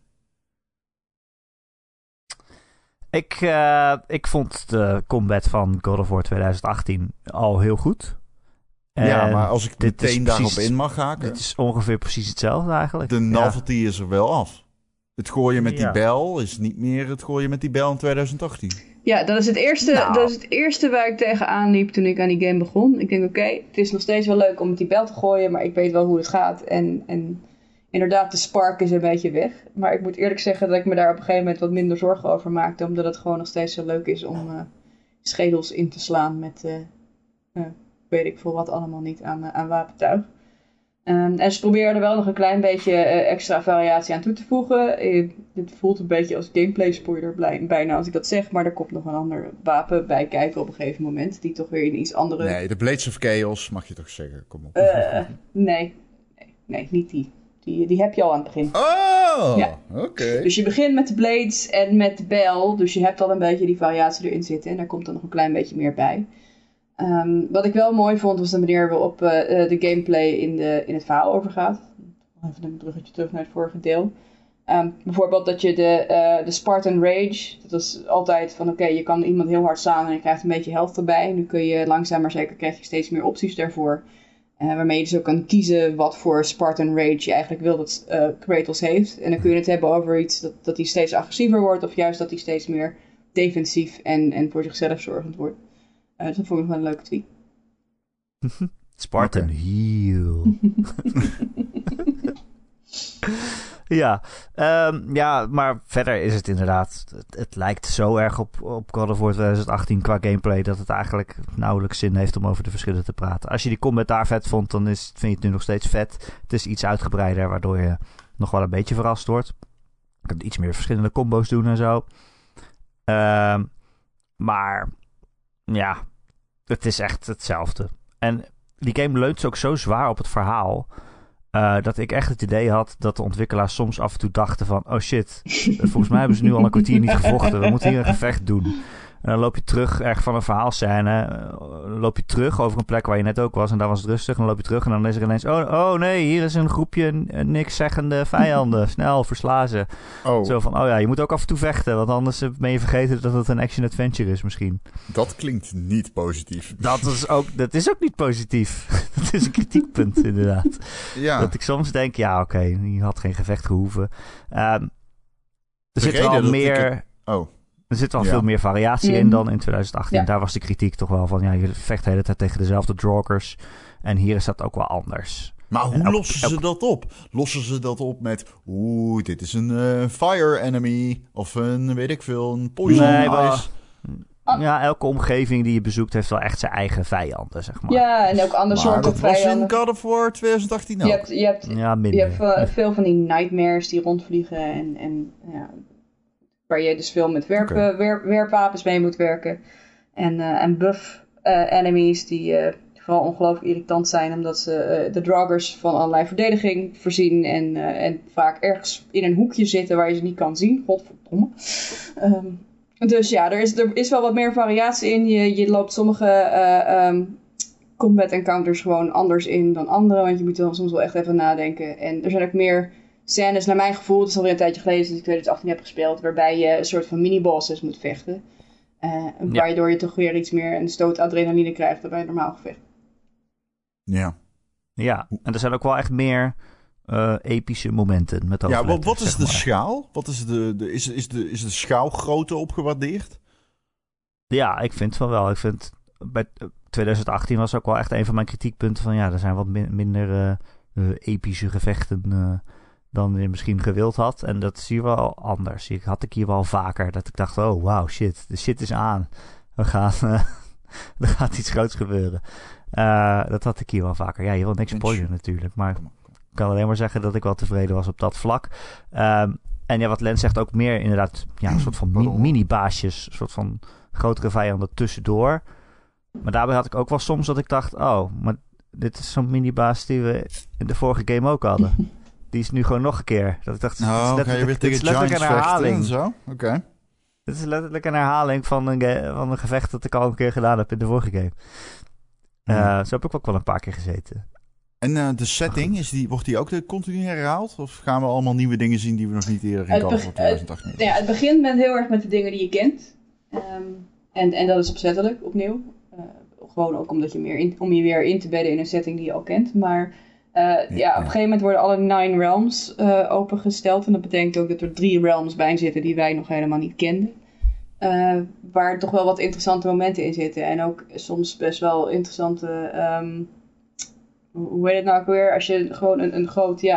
Ik, uh, ik vond de combat van God of War twintig achttien al heel goed. En ja, maar als ik meteen daarop precies, in mag haken... Het is ongeveer precies hetzelfde eigenlijk. De novelty ja. is er wel af. Het gooien met ja. die bel is niet meer het gooien met die bel in twintig achttien. Ja, dat is het eerste, nou. dat is het eerste waar ik tegenaan liep toen ik aan die game begon. Ik denk, oké, okay, het is nog steeds wel leuk om met die bel te gooien, maar ik weet wel hoe het gaat. En, en inderdaad, de spark is een beetje weg. Maar ik moet eerlijk zeggen dat ik me daar op een gegeven moment wat minder zorgen over maakte. Omdat het gewoon nog steeds zo leuk is om uh, schedels in te slaan met, uh, uh, weet ik veel wat allemaal niet aan, uh, aan wapentuig. Um, en ze proberen er wel nog een klein beetje uh, extra variatie aan toe te voegen. Uh, dit voelt een beetje als gameplay spoiler bijna als ik dat zeg. Maar er komt nog een ander wapen bij kijken op een gegeven moment. Die toch weer in iets andere... Nee, de Blades of Chaos mag je toch zeggen. Kom op. Uh, nee. nee, nee, niet die. die. Die heb je al aan het begin. Oh, ja. oké. Okay. Dus je begint met de Blades en met de Bell. Dus je hebt al een beetje die variatie erin zitten. En daar komt er nog een klein beetje meer bij. Um, wat ik wel mooi vond was de manier waarop uh, de gameplay in, de, in het verhaal overgaat. Even een bruggetje terug naar het vorige deel. Um, bijvoorbeeld dat je de, uh, de Spartan Rage, dat is altijd van oké, okay, je kan iemand heel hard slaan en je krijgt een beetje health erbij. Nu kun je langzaam maar zeker krijg je steeds meer opties daarvoor. Uh, waarmee je dus ook kan kiezen wat voor Spartan Rage je eigenlijk wil dat uh, Kratos heeft. En dan kun je het hebben over iets dat, dat hij steeds agressiever wordt of juist dat hij steeds meer defensief en, en voor zichzelf zorgend wordt. Uh, dus dat vond ik wel een leuke tweet. Spartan okay. Heal. ja, um, ja, maar verder is het inderdaad... Het, het lijkt zo erg op, op God of War twintig achttien qua gameplay... dat het eigenlijk nauwelijks zin heeft om over de verschillen te praten. Als je die combat daar vet vond, dan is, vind je het nu nog steeds vet. Het is iets uitgebreider, waardoor je nog wel een beetje verrast wordt. Je kunt iets meer verschillende combo's doen en zo. Um, maar... Ja, het is echt hetzelfde. En die game leunt ook zo zwaar op het verhaal... Uh, dat ik echt het idee had dat de ontwikkelaars soms af en toe dachten van... Oh shit, volgens mij hebben ze nu al een kwartier niet gevochten. We moeten hier een gevecht doen. En dan loop je terug erg van een verhaalscène. Uh, loop je terug over een plek waar je net ook was. En daar was het rustig. En dan loop je terug en dan is er ineens... Oh, oh nee, hier is een groepje niks zeggende vijanden. Snel, versla ze. Oh. Zo van, oh ja, je moet ook af en toe vechten. Want anders ben je vergeten dat het een action-adventure is misschien. Dat klinkt niet positief. Dat is ook, dat is ook niet positief. Dat is een kritiekpunt inderdaad. Ja. Dat ik soms denk, ja oké, okay, je had geen gevecht gehoeven. Um, er de zit wel meer... Ik... Oh. Er zit wel ja. veel meer variatie mm. in dan in twintig achttien. Ja. Daar was de kritiek toch wel van... ja, je vecht de hele tijd tegen dezelfde drogers. En hier is dat ook wel anders. Maar hoe elk, lossen elk... ze dat op? Lossen ze dat op met... oeh, dit is een uh, fire enemy. Of een, weet ik veel, een poison nee, ice. Maar, ja, elke omgeving die je bezoekt... heeft wel echt zijn eigen vijanden, zeg maar. Ja, en ook andere soorten vijanden. Maar dat was in God of War twintig achttien ook. Je hebt, je hebt, ja, minder. Je hebt uh, veel van die nightmares die rondvliegen. En, en ja... waar je dus veel met werp, okay. werp, werpwapens mee moet werken. En, uh, en buff uh, enemies die uh, vooral ongelooflijk irritant zijn... omdat ze uh, de draugrs van allerlei verdediging voorzien... En, uh, en vaak ergens in een hoekje zitten waar je ze niet kan zien. Godverdomme. Um, dus ja, er is, er is wel wat meer variatie in. Je, je loopt sommige uh, um, combat encounters gewoon anders in dan andere... want je moet dan soms wel echt even nadenken. En er zijn ook meer... scènes, naar mijn gevoel, het is alweer een tijdje geleden dat ik twintig achttien heb gespeeld, waarbij je een soort van mini-bosses moet vechten. Uh, ja. Waardoor je toch weer iets meer een stoot adrenaline krijgt dan bij een normaal gevecht. Ja. Ja, en er zijn ook wel echt meer uh, epische momenten met ja, wat, wat is de maar. schaal? Wat is de, de, is, is, de, is de schaalgrootte opgewaardeerd? Ja, ik vind het wel wel. Ik vind, bij twintig achttien was ook wel echt een van mijn kritiekpunten van ja, er zijn wat min, minder uh, uh, epische gevechten... Uh, dan je misschien gewild had. En dat zie je wel anders. Ik had ik hier wel vaker. Dat ik dacht, oh wow, shit. De shit is aan. We gaan... Uh, er gaat iets groots gebeuren. Uh, dat had ik hier wel vaker. Ja, je wil niks spoilen natuurlijk. Maar ik kan alleen maar zeggen dat ik wel tevreden was op dat vlak. Um, en ja, wat Lens zegt ook meer inderdaad... Ja, een soort van mi- mini-baasjes. Een soort van grotere vijanden tussendoor. Maar daarbij had ik ook wel soms dat ik dacht... Oh, maar dit is zo'n mini-baas die we in de vorige game ook hadden. Die is nu gewoon nog een keer. Dat ik dacht, oh, dit is letterlijk, dit is letterlijk een herhaling. Zo? Oké. Okay. Dit is letterlijk een herhaling van een, ge- van een gevecht dat ik al een keer gedaan heb in de vorige game. Uh, mm. Zo heb ik ook wel een paar keer gezeten. En uh, de setting, is die, wordt die ook continu herhaald? Of gaan we allemaal nieuwe dingen zien die we nog niet eerder in God of War twintig achttien hebben? Ja, het begint met heel erg met de dingen die je kent. Um, en, en dat is opzettelijk, opnieuw. Uh, gewoon ook omdat je meer in, om je weer in te bedden in een setting die je al kent. Maar... Uh, ja, ja, op een gegeven moment worden alle nine realms uh, opengesteld. En dat betekent ook dat er drie realms bij zitten die wij nog helemaal niet kenden. Uh, waar toch wel wat interessante momenten in zitten. En ook soms best wel interessante... Um, hoe heet het nou ook weer? Als je gewoon een, een groot... Ja,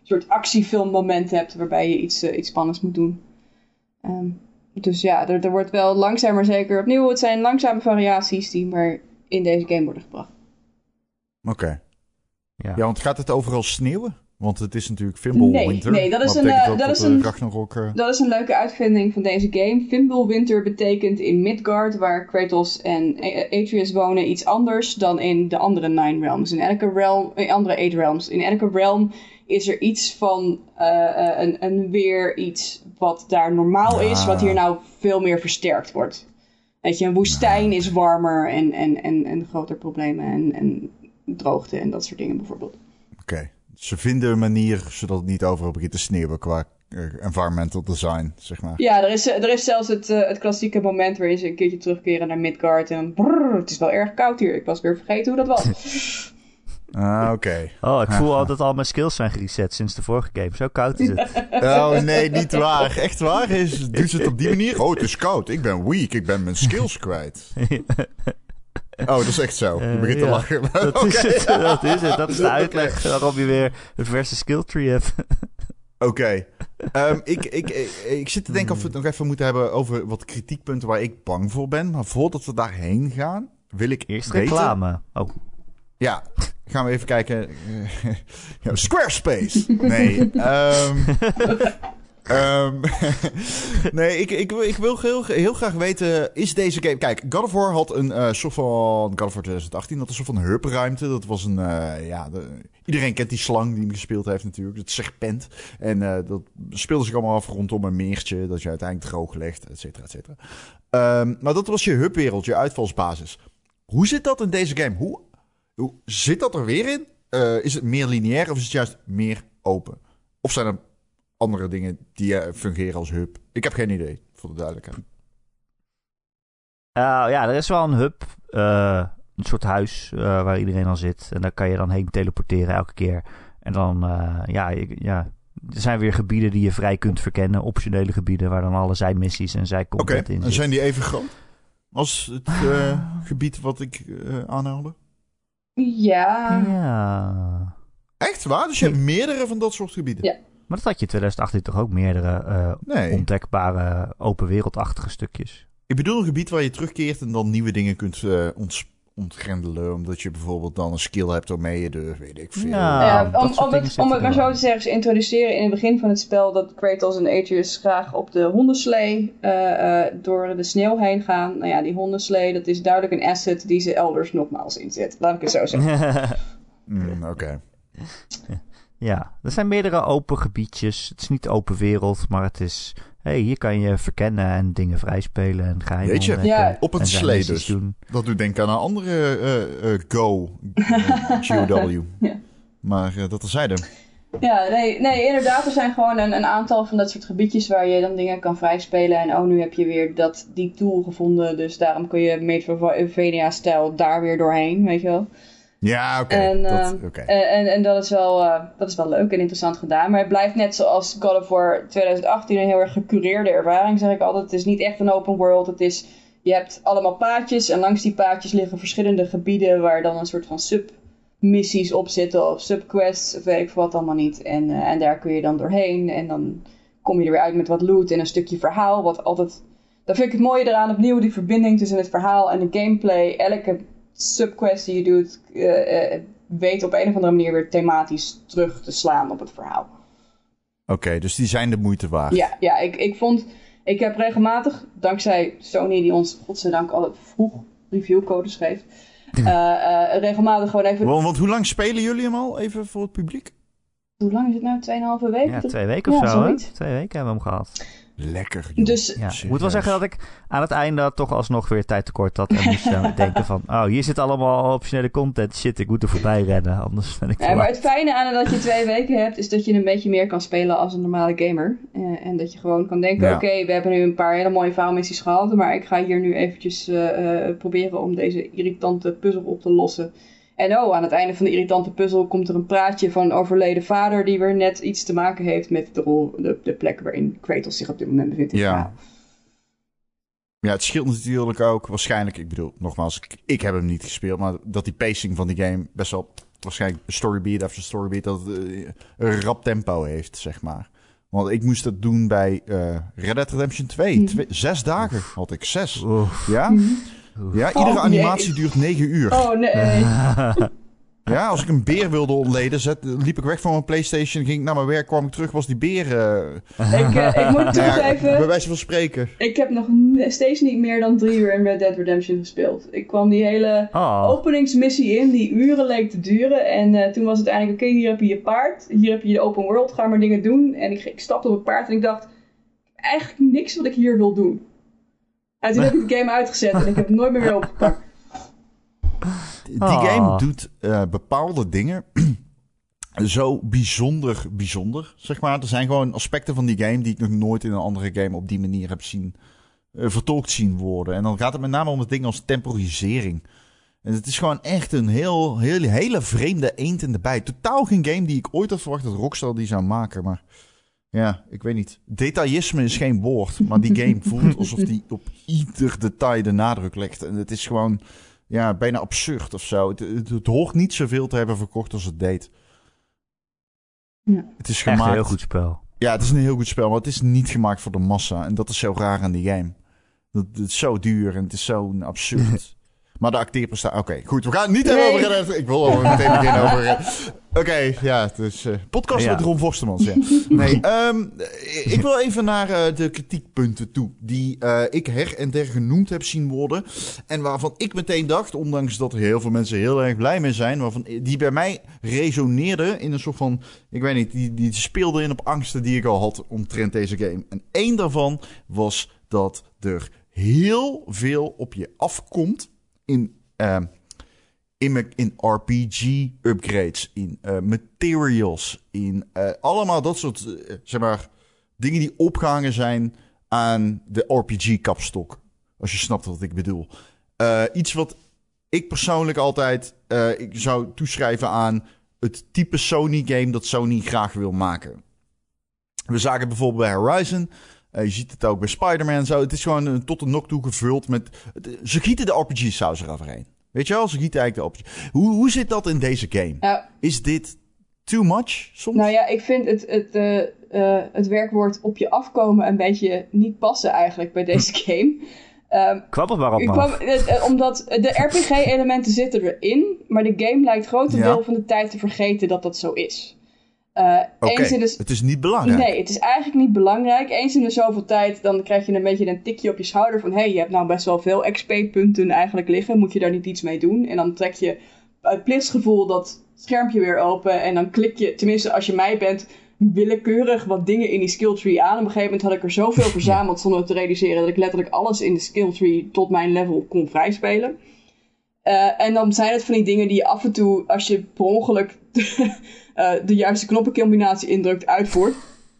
soort actiefilmmoment hebt waarbij je iets, uh, iets spannends moet doen. Um, dus ja, er, er wordt wel langzaam maar zeker opnieuw. Het zijn langzame variaties die maar in deze game worden gebracht. Oké. Okay. Ja. ja, want gaat het overal sneeuwen? Want het is natuurlijk Fimbulwinter. Nee, nee, dat is een, uh, dat, dat, is een Ragnarok, uh... dat is een leuke uitvinding van deze game. Fimbulwinter betekent in Midgard, waar Kratos en Atreus wonen, iets anders dan in de andere Nine Realms. In elke realm, in andere Eight Realms. In elke realm is er iets van uh, uh, een, een weer iets wat daar normaal is, ah. wat hier nou veel meer versterkt wordt. Weet je, een woestijn is warmer en, en, en, en groter problemen en, en droogte en dat soort dingen bijvoorbeeld. Oké. Okay. Ze vinden een manier zodat het niet overal begint te sneeuwen qua uh, environmental design, zeg maar. Ja, er is, er is zelfs het, uh, het klassieke moment waarin ze een keertje terugkeren naar Midgard. En brrr, het is wel erg koud hier. Ik was weer vergeten hoe dat was. Ah, oké. Okay. Oh, ik voel altijd al mijn skills zijn gereset sinds de vorige game. Zo koud is het. Oh nee, niet waar. Echt waar is? Doet ze het op die manier? Oh, het is koud. Ik ben weak. Ik ben mijn skills kwijt. Oh, dat is echt zo. Je begint uh, te ja, lachen. Dat, okay. is het, dat is het. Dat is de uitleg waarom je weer een verse skill tree hebt. Oké. Okay. Um, ik, ik, ik, ik zit te denken of we het nog even moeten hebben over wat kritiekpunten waar ik bang voor ben. Maar voordat we daarheen gaan, wil ik eerst weten... reclame. Oh. Ja, gaan we even kijken. ja, Squarespace. Nee. Um, um, nee, ik, ik, ik wil heel, heel graag weten, is deze game... Kijk, God of War had een uh, soort van... God of War twintig achttien had een soort van hubruimte. Dat was een... Uh, ja, de, iedereen kent die slang die hem gespeeld heeft natuurlijk. Het serpent. En uh, dat speelde zich allemaal af rondom een meertje. Dat je uiteindelijk droog legt, et cetera, et cetera. Um, maar dat was je hubwereld, je uitvalsbasis. Hoe zit dat in deze game? Hoe... Hoe zit dat er weer in? Uh, is het meer lineair of is het juist meer open? Of zijn er andere dingen die uh, fungeren als hub? Ik heb geen idee, voor de duidelijkheid. Uh, ja, er is wel een hub. Uh, een soort huis uh, waar iedereen al zit. En daar kan je dan heen teleporteren elke keer. En dan, uh, ja, ja, er zijn weer gebieden die je vrij kunt verkennen. Optionele gebieden waar dan alle zijmissies en zijcontent okay. in zit. En zijn die even groot als het uh, gebied wat ik uh, aanhaalde? Ja. ja. Echt waar? Dus je hebt meerdere van dat soort gebieden? Ja. Maar dat had je in twintig achttien toch ook meerdere uh, nee. ontdekbare open wereldachtige stukjes? Ik bedoel een gebied waar je terugkeert en dan nieuwe dingen kunt uh, ont- ontgrendelen. Omdat je bijvoorbeeld dan een skill hebt waarmee je de, weet ik veel. Ja, ja, om, om, het, om het maar zo te zeggen, ze introduceren in het begin van het spel dat Kratos en Atreus graag op de hondenslee uh, uh, door de sneeuw heen gaan. Nou ja, die hondenslee, dat is duidelijk een asset die ze elders nogmaals inzet. Laat ik het zo zeggen. mm, Oké. Okay. Ja, er zijn meerdere open gebiedjes. Het is niet open wereld, maar het is... Hey, hier kan je verkennen en dingen vrijspelen en geheimen Weet je, ontdekken. Ja, op een slee dus. Doen. Dat doet denken aan een andere uh, uh, Go, uh, G O W. Ja. Maar uh, dat terzijde. Ja, nee, nee, inderdaad. Er zijn gewoon een, een aantal van dat soort gebiedjes waar je dan dingen kan vrijspelen. En oh, nu heb je weer dat, die tool gevonden. Dus daarom kun je Metroidvania-stijl daar weer doorheen, weet je wel. Ja, oké. Okay. En, uh, okay. en, en, en dat, is wel, uh, dat is wel leuk en interessant gedaan. Maar het blijft net zoals God of War twintig achttien een heel erg gecureerde ervaring, zeg ik altijd. Het is niet echt een open world. Het is, je hebt allemaal paadjes en langs die paadjes liggen verschillende gebieden waar dan een soort van submissies op zitten of subquests of weet ik wat allemaal niet. En, uh, en daar kun je dan doorheen en dan kom je er weer uit met wat loot en een stukje verhaal. Wat altijd, dat vind ik het mooie eraan opnieuw, die verbinding tussen het verhaal en de gameplay. Elke subquest die je doet, uh, uh, weet op een of andere manier weer thematisch terug te slaan op het verhaal. Oké, okay, dus die zijn de moeite waard. Ja, ja ik, ik vond... Ik heb regelmatig, dankzij Sony die ons, godzijdank, altijd vroeg reviewcodes geeft, uh, uh, regelmatig gewoon even... Want, want hoe lang spelen jullie hem al, even voor het publiek? Hoe lang is het nou? Tweeënhalve week? Ja, twee weken of ja, zo, hè? Twee weken hebben we hem gehad. Lekker, joh. Dus, ja, ik moet wel zeggen dat ik aan het einde toch alsnog weer tijd tekort had. En moest uh, denken van, oh, hier zit allemaal optionele content. Shit, ik moet er voorbij rennen, anders ben ik ja, maar het fijne aan dat je twee weken hebt, is dat je een beetje meer kan spelen als een normale gamer. Uh, en dat je gewoon kan denken, ja. oké, okay, we hebben nu een paar hele mooie verhaalmissies gehad, maar ik ga hier nu eventjes uh, uh, proberen om deze irritante puzzel op te lossen. En oh, aan het einde van de irritante puzzel komt er een praatje van een overleden vader die weer net iets te maken heeft met de, rol, de, de plek waarin Kratos zich op dit moment bevindt in het ja. verhaal. Ja, het scheelt natuurlijk ook waarschijnlijk, ik bedoel, nogmaals, ik, ik heb hem niet gespeeld, maar dat die pacing van die game best wel waarschijnlijk storybeat after storybeat, dat het uh, een rap tempo heeft, zeg maar. Want ik moest dat doen bij uh, Red Dead Redemption twee. Mm. twee. Zes dagen had ik, zes. Oef. Ja? Mm. Ja, Oh, iedere animatie nee. duurt negen uur. Oh nee. Ja, als ik een beer wilde ontleden, zet, liep ik weg van mijn PlayStation, ging ik naar mijn werk, kwam ik terug, was die beer... Uh, ik, uh, ik moet nou ja, toegeven, bij wijze van spreken. ik heb nog n- steeds niet meer dan drie uur in Red Dead Redemption gespeeld. Ik kwam die hele Oh. openingsmissie in, die uren leek te duren. En uh, toen was het eigenlijk, oké, okay, hier heb je je paard. Hier heb je de open world, ga maar dingen doen. En ik, ik stapte op het paard en ik dacht, eigenlijk niks wat ik hier wil doen. En toen heb ik de game uitgezet en ik heb het nooit meer weer opgepakt. Die Oh. game doet uh, bepaalde dingen zo bijzonder, bijzonder, zeg maar. Er zijn gewoon aspecten van die game die ik nog nooit in een andere game op die manier heb zien uh, vertolkt zien worden. En dan gaat het met name om het ding als temporisering. En het is gewoon echt een heel, heel, hele vreemde eend in de bijt. Totaal geen game die ik ooit had verwacht dat Rockstar die zou maken, maar... Ja, ik weet niet. Detailisme is geen woord, maar die game voelt alsof die op ieder detail de nadruk legt. En het is gewoon... Ja, bijna absurd of zo. Het, het, het hoort niet zoveel te hebben verkocht als het deed. Ja. Het is Echt gemaakt... een heel goed spel. Ja, het is een heel goed spel, maar het is niet gemaakt voor de massa. En dat is zo raar aan die game. Dat, het is zo duur en het is zo absurd. Maar de acteerprestatie... Oké, okay, goed. We gaan het niet nee. hebben over... Ik wil al meteen beginnen over... Oké, okay, ja, dus uh, podcast ja. met Ron Vostermans, ja. Nee, um, ik wil even naar uh, de kritiekpunten toe, die uh, ik her en der genoemd heb zien worden. En waarvan ik meteen dacht, ondanks dat er heel veel mensen heel erg blij mee zijn, waarvan die bij mij resoneerden in een soort van, ik weet niet, die, die speelden in op angsten die ik al had omtrent deze game. En één daarvan was dat er heel veel op je afkomt in... Uh, In, in R P G-upgrades, in uh, materials, in uh, allemaal dat soort, uh, zeg maar, dingen die opgehangen zijn aan de R P G-kapstok. Als je snapt wat ik bedoel. Uh, iets wat ik persoonlijk altijd uh, ik zou toeschrijven aan het type Sony-game dat Sony graag wil maken. We zagen het bijvoorbeeld bij Horizon. Uh, je ziet het ook bij Spider-Man en zo. Het is gewoon uh, tot de nok toe gevuld met... Uh, ze gieten de R P G-saus eroverheen. Weet je wel, ze gieten eigenlijk de optie. Hoe, hoe zit dat in deze game? Nou, Is dit too much soms? Nou ja, ik vind het, het, uh, uh, het werkwoord op je afkomen een beetje niet passen eigenlijk bij deze game. Um, Kwam er maar op ik me kwam, af. uh, uh, omdat de R P G-elementen zitten erin, maar de game lijkt grotendeel Ja. van de tijd te vergeten dat dat zo is. Uh, Oké, eens in de... het is niet belangrijk. Nee, het is eigenlijk niet belangrijk. Eens in de zoveel tijd, dan krijg je een beetje een tikje op je schouder van... hé, hey, je hebt nou best wel veel X P-punten eigenlijk liggen. Moet je daar niet iets mee doen? En dan trek je uit plichtsgevoel dat schermpje weer open... en dan klik je, tenminste als je mij bent, willekeurig wat dingen in die skilltree aan. Op een gegeven moment had ik er zoveel verzameld zonder te realiseren... dat ik letterlijk alles in de skilltree tot mijn level kon vrijspelen. Uh, en dan zijn het van die dingen die je af en toe, als je per ongeluk... Uh, de juiste knoppencombinatie indrukt, uitvoert.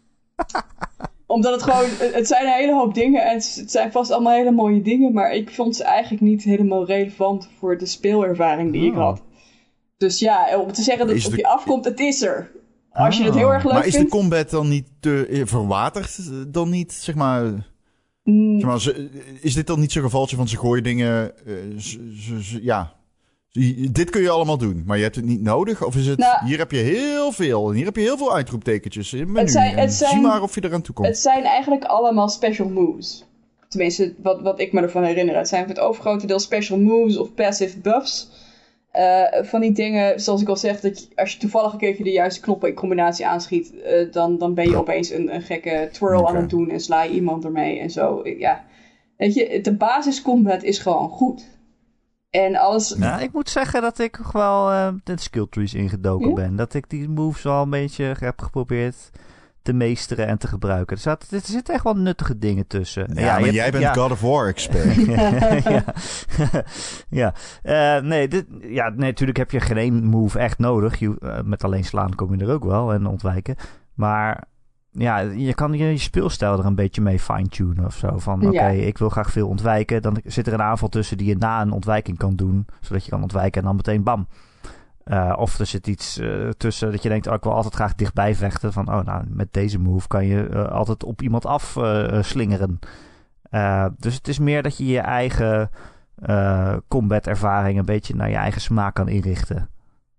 Omdat het gewoon... Het zijn een hele hoop dingen en het zijn vast allemaal hele mooie dingen, maar ik vond ze eigenlijk niet helemaal relevant voor de speelervaring die oh. ik had. Dus ja, om te zeggen dat het op de... je afkomt, het is er. Als oh. je het heel erg leuk maar vindt... Maar is de combat dan niet te verwaterd? Dan niet, zeg maar... Mm. Zeg maar ze, is dit dan niet zo'n gevaltje van ze gooien dingen... Uh, ze, ze, ze, ja... Dit kun je allemaal doen, maar je hebt het niet nodig? Of is het, nou, hier heb je heel veel en hier heb je heel veel uitroeptekentjes in het menu. Het zijn, het zijn, zie maar of je eraan toe komt. Het zijn eigenlijk allemaal special moves. Tenminste, wat, wat ik me ervan herinner. Het zijn het overgrote deel special moves of passive buffs. Uh, van die dingen, zoals ik al zeg, dat je, als je toevallig een keertje de juiste knoppen in combinatie aanschiet, uh, dan, dan ben je opeens een, een gekke twirl okay. aan het doen en sla je iemand ermee en zo. Ja. Weet je, de basiscombat is gewoon goed. En alles... Nou, ik moet zeggen dat ik nog wel uh, de skilltrees ingedoken ja? ben. Dat ik die moves wel een beetje heb geprobeerd te meesteren en te gebruiken. Er, zat, er zitten echt wel nuttige dingen tussen. Ja, ja maar hebt, jij bent ja. God of War expert. ja, ja. Uh, nee, dit, ja, nee, natuurlijk heb je geen één move echt nodig. Je, uh, met alleen slaan kom je er ook wel en ontwijken. Maar... Ja, je kan je, je speelstijl er een beetje mee fine-tunen of zo. Van oké, okay, ja. ik wil graag veel ontwijken. Dan zit er een aanval tussen die je na een ontwijking kan doen. Zodat je kan ontwijken en dan meteen bam. Uh, of er zit iets uh, tussen dat je denkt... Oh, ik wil altijd graag dichtbij vechten. Van oh, nou, met deze move kan je uh, altijd op iemand af uh, slingeren. Uh, dus het is meer dat je je eigen uh, combat ervaring... een beetje naar je eigen smaak kan inrichten.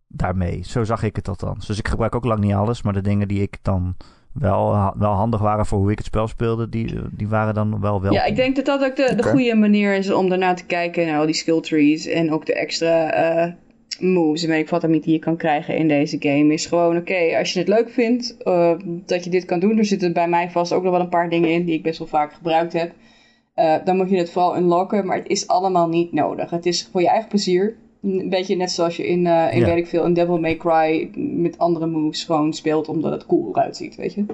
daarmee. Zo zag ik het althans. Dus ik gebruik ook lang niet alles, maar de dingen die ik dan wel, wel handig waren voor hoe ik het spel speelde, die, die waren dan wel wel. Ja, ik denk dat dat ook de, de Okay. goede manier is om daarna te kijken naar al die skill trees en ook de extra uh, moves en weet ik wat dan niet die je kan krijgen in deze game. Is gewoon oké, okay, als je het leuk vindt uh, dat je dit kan doen, er zitten bij mij vast ook nog wel een paar dingen in die ik best wel vaak gebruikt heb. Uh, dan moet je het vooral unlocken, maar het is allemaal niet nodig. Het is voor je eigen plezier. Een beetje net zoals je in, uh, in Ja. weet ik veel, in Devil May Cry met andere moves gewoon speelt omdat het cool eruit ziet, weet je.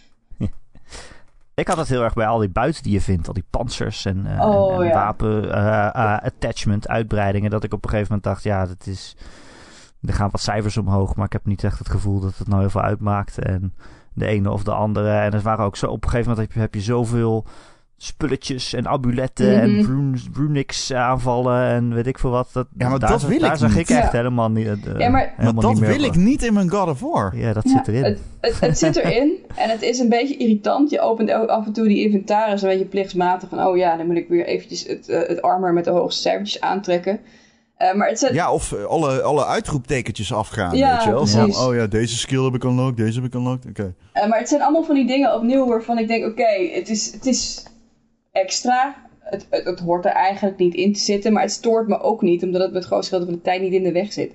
Ik had het heel erg bij al die buiten die je vindt, al die panzers en, uh, Oh, en, en ja. wapen, uh, uh, attachment, uitbreidingen, dat ik op een gegeven moment dacht, ja, dat is, er gaan wat cijfers omhoog, maar ik heb niet echt het gevoel dat het nou heel veel uitmaakt. En de ene of de andere. En er waren ook zo, op een gegeven moment heb je, heb je zoveel spulletjes en amuletten Mhm. en rune, runix aanvallen en weet ik veel wat. Dat, Ja, maar daar dat zag- wil daar ik zag niet. ik echt Ja. helemaal niet. Uh, Ja, maar- Maar helemaal dat niet meer, wil ik niet in mijn God of War. Ja, dat Ja, zit erin. Het, het, het zit erin en het is een beetje irritant. Je opent ook af en toe die inventaris een beetje plichtsmatig van, oh ja, dan moet ik weer eventjes het, uh, het armor met de hoogste cijfertjes aantrekken. Uh, maar het zit, Ja, of uh, alle, alle uitroeptekentjes afgaan, Ja, weet je wel. precies. Van, oh ja, deze skill heb ik unlocked, deze heb ik unlocked. Oké. uh, maar het zijn allemaal van die dingen opnieuw waarvan ik denk, oké, okay, het, is, het is extra. Het, het, het hoort er eigenlijk niet in te zitten, maar het stoort me ook niet, omdat het met het grootste gedeelte van de tijd niet in de weg zit.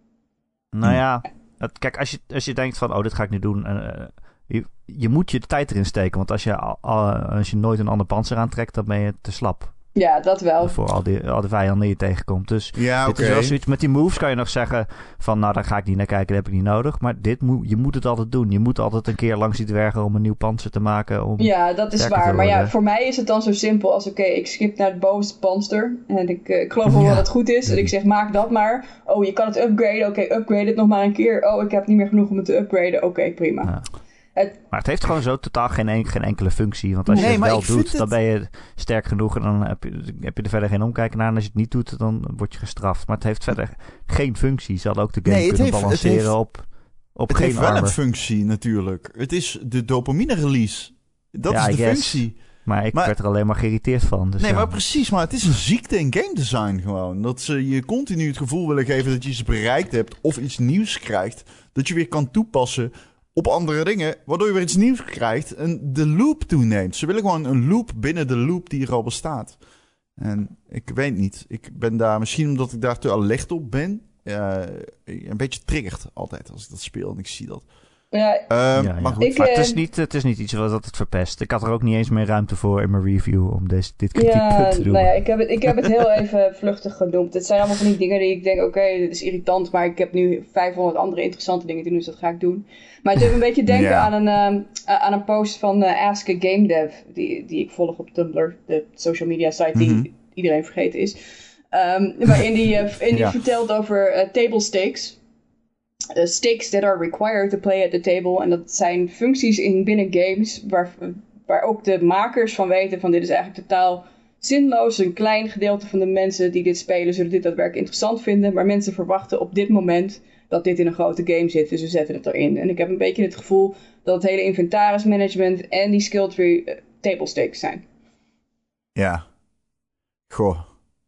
Nou ja, het, kijk, als je, als je denkt van, oh, dit ga ik nu doen. Uh, je, je moet je de tijd erin steken. Want als je, al, al, als je nooit een ander panzer aantrekt, dan ben je te slap. Ja, dat wel. Voor al die, al die vijanden die je tegenkomt. Dus Ja, dit oké. is wel zoiets. Met die moves kan je nog zeggen van, nou, daar ga ik niet naar kijken. Dat heb ik niet nodig. Maar dit moet, je moet het altijd doen. Je moet altijd een keer langs die dwergen om een nieuw panzer te maken. Om, Ja, dat is sterker waar. te Maar ja, worden. voor mij is het dan zo simpel als, oké, okay, ik skip naar het bovenste panzer. En ik, uh, ik geloof wel Ja. dat het goed is. En ik zeg, maak dat maar. Oh, je kan het upgraden. Oké, okay, upgrade het nog maar een keer. Oh, ik heb niet meer genoeg om het te upgraden. Oké, okay, prima. Ja. Het, Maar het heeft gewoon zo totaal geen, en, geen enkele functie. Want als je Nee, het maar wel ik vind doet, het- dan ben je sterk genoeg. En dan heb je, heb je er verder geen omkijken naar. En als je het niet doet, dan word je gestraft. Maar het heeft verder geen functie. Ze hadden ook de game Nee, het kunnen heeft- het balanceren heeft- op, op Het geen heeft wel armor. een functie natuurlijk. Het is de dopamine release. Dat Ja, is de I guess. functie. Maar ik Maar- werd er alleen maar geïrriteerd van. Dus Nee, ja. maar precies. Maar het is een ziekte in game design gewoon. Dat ze je continu het gevoel willen geven dat je iets bereikt hebt of iets nieuws krijgt. Dat je weer kan toepassen op andere dingen, waardoor je weer iets nieuws krijgt en de loop toeneemt. Ze willen gewoon een loop binnen de loop die er al bestaat. En ik weet niet. Ik ben daar, misschien omdat ik daar te alert op ben, uh, een beetje triggerd altijd als ik dat speel en ik zie dat. ja, Um, Ja, ja. Maar goed. Ik, Maar het, is eh, niet, het is niet iets wat het verpest. Ik had er ook niet eens meer ruimte voor in mijn review om deze, dit kritiekpunt ja, te doen. nou ja, ik heb, het, ik heb het heel even vluchtig genoemd. Het zijn allemaal van die dingen die ik denk, oké, okay, dit is irritant, maar ik heb nu vijfhonderd andere interessante dingen te doen, dus dat ga ik doen. Maar het doet me een beetje denken Ja. aan, een, um, aan een post van uh, Ask a Game Dev, die, die ik volg op Tumblr, de social media site die Mhm. iedereen vergeten is. Um, waarin die, uh, in die Ja. vertelt over uh, table stakes. Uh, stakes that are required to play at the table. En dat zijn functies in binnen games waar, waar ook de makers van weten van dit is eigenlijk totaal zinloos. Een klein gedeelte van de mensen die dit spelen zullen dit daadwerkelijk interessant vinden. Maar mensen verwachten op dit moment dat dit in een grote game zit. Dus we zetten het erin. En ik heb een beetje het gevoel dat het hele inventarismanagement en die skill tree uh, table stakes zijn. Ja. Goh.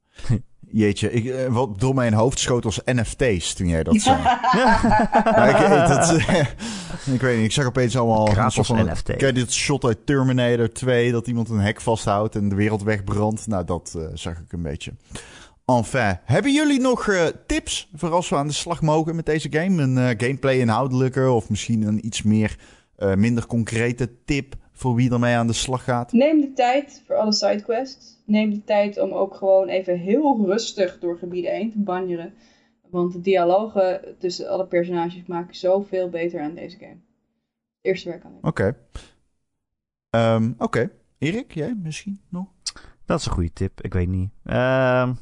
Jeetje, ik, eh, wat door mijn hoofd schoot als N F T's toen jij dat zei. Ja, ik, eh, dat, eh, ik weet niet, ik zag opeens allemaal... een Gratis soort van- N F T. Kijk, dit shot uit Terminator twee, dat iemand een hek vasthoudt en de wereld wegbrandt. Nou, dat uh, zag ik een beetje. Enfin, hebben jullie nog uh, tips voor als we aan de slag mogen met deze game? Een uh, gameplay inhoudelijke of misschien een iets meer, uh, minder concrete tip voor wie ermee aan de slag gaat? Neem de tijd voor alle sidequests. Neem de tijd om ook gewoon even heel rustig door gebieden heen te banjeren. Want de dialogen tussen alle personages maken zoveel beter aan deze game. Eerste werk aan. Oké. Okay. Um, Oké. Okay. Erik, jij misschien nog? Dat is een goede tip. Ik weet niet. Ehm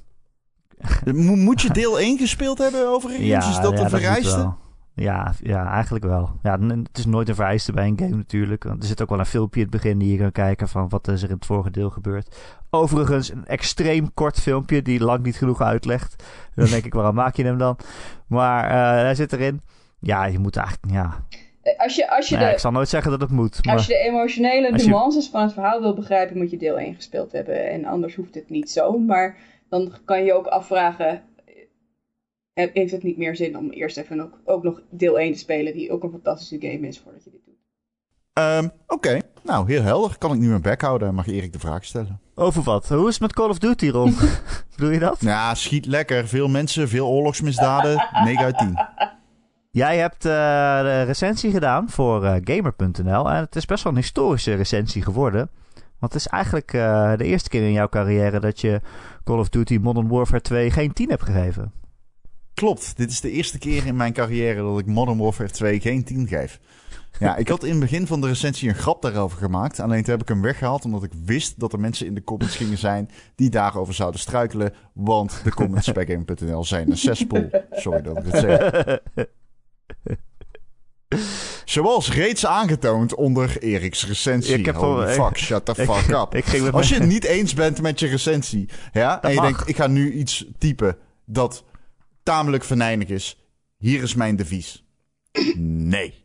Mo- moet je deel één gespeeld hebben overigens? ja, Is dat ja, een vereiste? moet wel. Ja, ja, eigenlijk wel. Ja, n- het is nooit een vereiste bij een game natuurlijk. Want er zit ook wel een filmpje in het begin die je kan kijken van wat is er in het vorige deel gebeurd. Overigens een extreem kort filmpje die lang niet genoeg uitlegt. Dan denk ik, waarom maak je hem dan? Maar uh, hij zit erin. Ja, je moet eigenlijk, ja... Als je, als je, Nou, de, ik zal nooit zeggen dat het moet. Maar als je de emotionele als je- nuances van het verhaal wil begrijpen, moet je deel één gespeeld hebben. En anders hoeft het niet zo. Maar dan kan je je ook afvragen, heeft het niet meer zin om eerst even ook, ook nog deel één te spelen, die ook een fantastische game is voordat je dit doet. Um, Oké, okay. Nou, heel helder. Kan ik nu mijn bek houden en mag Erik de vraag stellen. Over wat? Hoe is het met Call of Duty, Ron? Bedoel je dat? Ja, schiet lekker. Veel mensen, veel oorlogsmisdaden. negen uit tien. Jij hebt uh, de recensie gedaan voor uh, Gamer punt n l en het is best wel een historische recensie geworden. Want het is eigenlijk uh, de eerste keer in jouw carrière dat je Call of Duty Modern Warfare twee geen tien hebt gegeven. Klopt, dit is de eerste keer in mijn carrière dat ik Modern Warfare twee geen tien geef. Ja, ik had in het begin van de recensie een grap daarover gemaakt. Alleen toen heb ik hem weggehaald omdat ik wist dat er mensen in de comments gingen zijn die daarover zouden struikelen. Want de comments bij Gamer punt n l zijn een cesspool. Sorry dat ik het zeg. Zoals reeds aangetoond onder Eriks recensie. Ik heb Holy al, fuck, ik, shut the ik, fuck up. Ik ging met Als je mijn... het niet eens bent met je recensie, ja, en je mag. denkt, ik ga nu iets typen dat tamelijk venijnig is. Hier is mijn devies. Nee.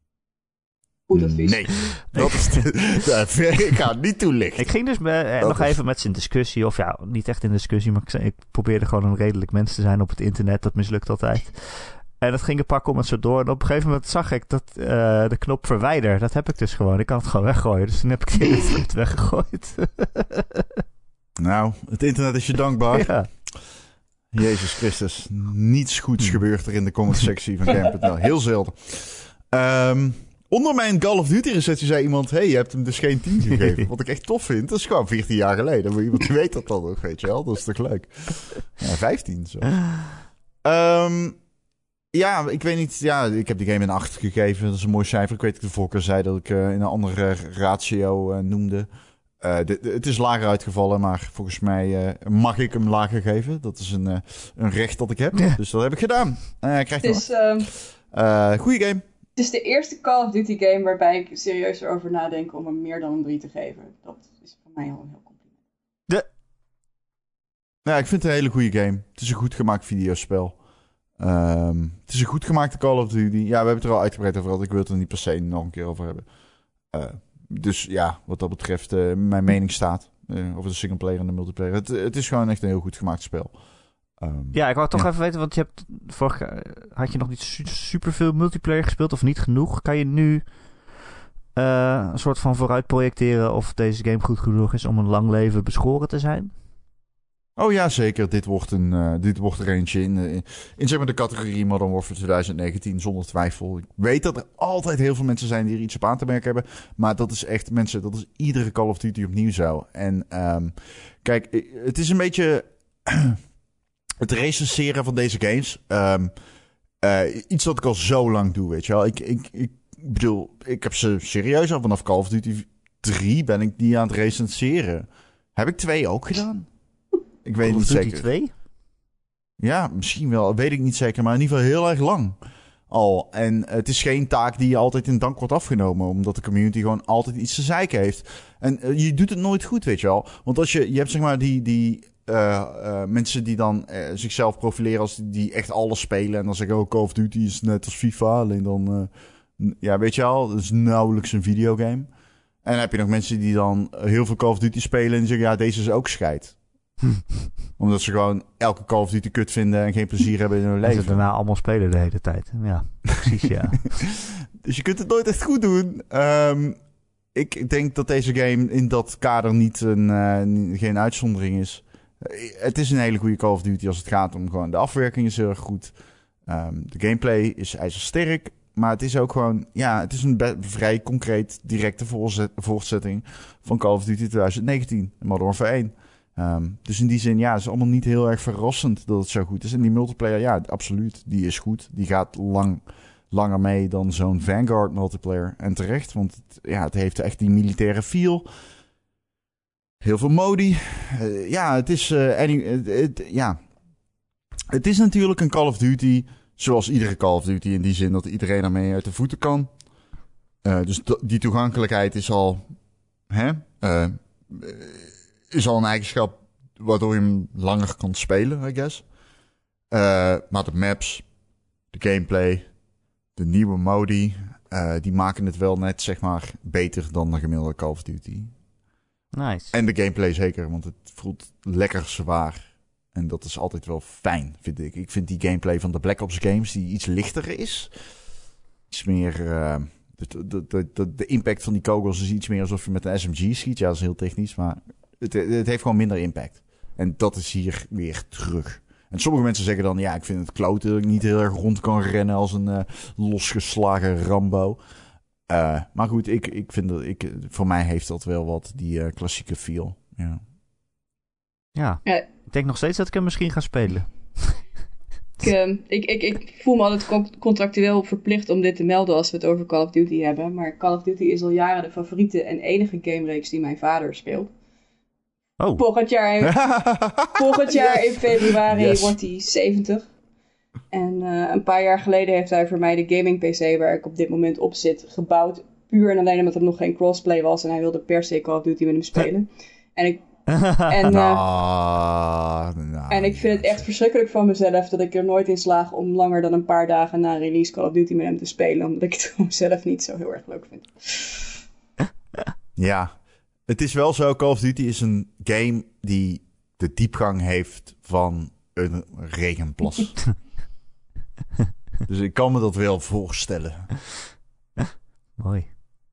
Goed advies. Nee. Dat is de, ik ga het niet toelichten. Ik ging dus me, eh, nog is... even met zijn discussie. Of ja, niet echt in discussie, maar ik, zei, ik probeerde gewoon een redelijk mens te zijn op het internet. Dat mislukt altijd. En dat ging een paar comments zo door. En op een gegeven moment zag ik dat uh, de knop verwijder. Dat heb ik dus gewoon. Ik kan het gewoon weggooien. Dus toen heb ik die het weggegooid. Nou, het internet is je dankbaar. Ja. Jezus Christus. Niets goeds gebeurt er in de commentsectie van Gamer punt n l. Heel zelden. Um, onder mijn Call of Duty recensie zei iemand... Hey, je hebt hem dus geen tien gegeven. Wat ik echt tof vind. Dat is gewoon veertien jaar geleden. Maar iemand weet dat dan nog, weet je wel. Dat is toch leuk. Ja, vijftien zo. Um, ja, ik weet niet. Ja, ik heb die game een acht gegeven. Dat is een mooi cijfer. Ik weet dat ik de vorige keer zei dat ik uh, in een andere ratio uh, noemde. Uh, de, de, het is lager uitgevallen, maar volgens mij uh, mag ik hem lager geven. Dat is een, uh, een recht dat ik heb. Ja. Dus dat heb ik gedaan. Uh, ik krijg het is, um, uh, goeie game. Het is de eerste Call of Duty game waarbij ik serieus erover nadenk om hem meer dan een drie te geven. Dat is voor mij al een heel compliment. De... Ja, ik vind het een hele goede game. Het is een goed gemaakt videospel. Um, het is een goed gemaakte Call of Duty. Ja, we hebben het er al uitgebreid over gehad. Ik wil het er niet per se nog een keer over hebben. Uh, Dus ja, wat dat betreft, uh, mijn mening staat uh, over de singleplayer en de multiplayer. Het, het is gewoon echt een heel goed gemaakt spel. Um, ja, ik wou toch ja. even weten, want je hebt vorig had je nog niet su- super veel multiplayer gespeeld of niet genoeg? Kan je nu uh, een soort van vooruit projecteren of deze game goed genoeg is om een lang leven beschoren te zijn? Oh ja, zeker. Dit wordt, een, uh, dit wordt er eentje in, uh, in, in zeg maar de categorie Modern Warfare twintig negentien, zonder twijfel. Ik weet dat er altijd heel veel mensen zijn die er iets op aan te merken hebben. Maar dat is echt, mensen, dat is iedere Call of Duty opnieuw zo. En um, kijk, het is een beetje het recenseren van deze games. Um, uh, iets wat ik al zo lang doe, weet je wel. Ik, ik, ik bedoel, ik heb ze serieus al vanaf Call of Duty drie ben ik die aan het recenseren. Heb ik twee ook gedaan? Ik weet het niet zeker. twee? Ja, misschien wel. Weet ik niet zeker. Maar in ieder geval heel erg lang al. En het is geen taak die je altijd in dank wordt afgenomen. Omdat de community gewoon altijd iets te zeiken heeft. En uh, je doet het nooit goed, weet je wel. Want als je... Je hebt zeg maar die... die uh, uh, mensen die dan uh, zichzelf profileren als die, die echt alles spelen. En dan zeggen, oh, Call of Duty is net als FIFA. Alleen dan... Uh, ja, weet je wel. Dat is nauwelijks een videogame. En dan heb je nog mensen die dan heel veel Call of Duty spelen. En die zeggen, ja, deze is ook scheid. Omdat ze gewoon elke Call of Duty kut vinden en geen plezier hebben in hun leven. En ze daarna allemaal spelen de hele tijd. Ja, precies, ja. Dus je kunt het nooit echt goed doen. Um, ik denk dat deze game in dat kader niet een, uh, geen uitzondering is. Uh, het is een hele goede Call of Duty als het gaat om gewoon... De afwerking is heel erg goed. Um, de gameplay is ijzersterk. Maar het is ook gewoon... Ja, het is een be- vrij concreet, directe voorzet- voortzetting van Call of Duty twintig negentien. Modern Warfare één. Um, dus in die zin, ja, het is allemaal niet heel erg verrassend dat het zo goed is. En die multiplayer, ja, absoluut, die is goed. Die gaat lang, langer mee dan zo'n Vanguard multiplayer. En terecht, want het, ja, het heeft echt die militaire feel. Heel veel modi. Uh, ja, het is, uh, any, het, het, ja. Het is natuurlijk een Call of Duty, zoals iedere Call of Duty, in die zin dat iedereen ermee uit de voeten kan. Uh, dus to- die toegankelijkheid is al, hè, uh, is al een eigenschap waardoor je hem langer kan spelen, I guess. Uh, maar de maps, de gameplay, de nieuwe modi, uh, die maken het wel net, zeg maar, beter dan de gemiddelde Call of Duty. Nice. En de gameplay zeker, want het voelt lekker zwaar. En dat is altijd wel fijn, vind ik. Ik vind die gameplay van de Black Ops games die iets lichter is. Iets meer... Uh, de, de, de, de, de impact van die kogels is iets meer alsof je met een S M G schiet. Ja, dat is heel technisch, maar het, het heeft gewoon minder impact. En dat is hier weer terug. En sommige mensen zeggen dan... Ja, ik vind het kloten dat ik niet heel erg rond kan rennen als een uh, losgeslagen Rambo. Uh, maar goed, ik, ik vind dat... Ik, voor mij heeft dat wel wat, die uh, klassieke feel. Ja. Ja. ja, ik denk nog steeds dat ik hem misschien ga spelen. ik, uh, ik, ik, ik voel me altijd contractueel verplicht om dit te melden als we het over Call of Duty hebben. Maar Call of Duty is al jaren de favoriete en enige gamereeks die mijn vader speelt. Oh. Volgend jaar, volgend jaar Yes. in februari Yes. wordt hij zeventig. En uh, een paar jaar geleden heeft hij voor mij de gaming P C waar ik op dit moment op zit gebouwd. Puur en alleen omdat er nog geen crossplay was en hij wilde per se Call of Duty met hem spelen. En ik, en, uh, nou, nou, en ik vind het echt verschrikkelijk van mezelf dat ik er nooit in slaag om langer dan een paar dagen na release Call of Duty met hem te spelen. Omdat ik het gewoon zelf niet zo heel erg leuk vind. Ja, het is wel zo. Call of Duty is een game die de diepgang heeft van een regenplas. Dus ik kan me dat wel voorstellen. Mooi.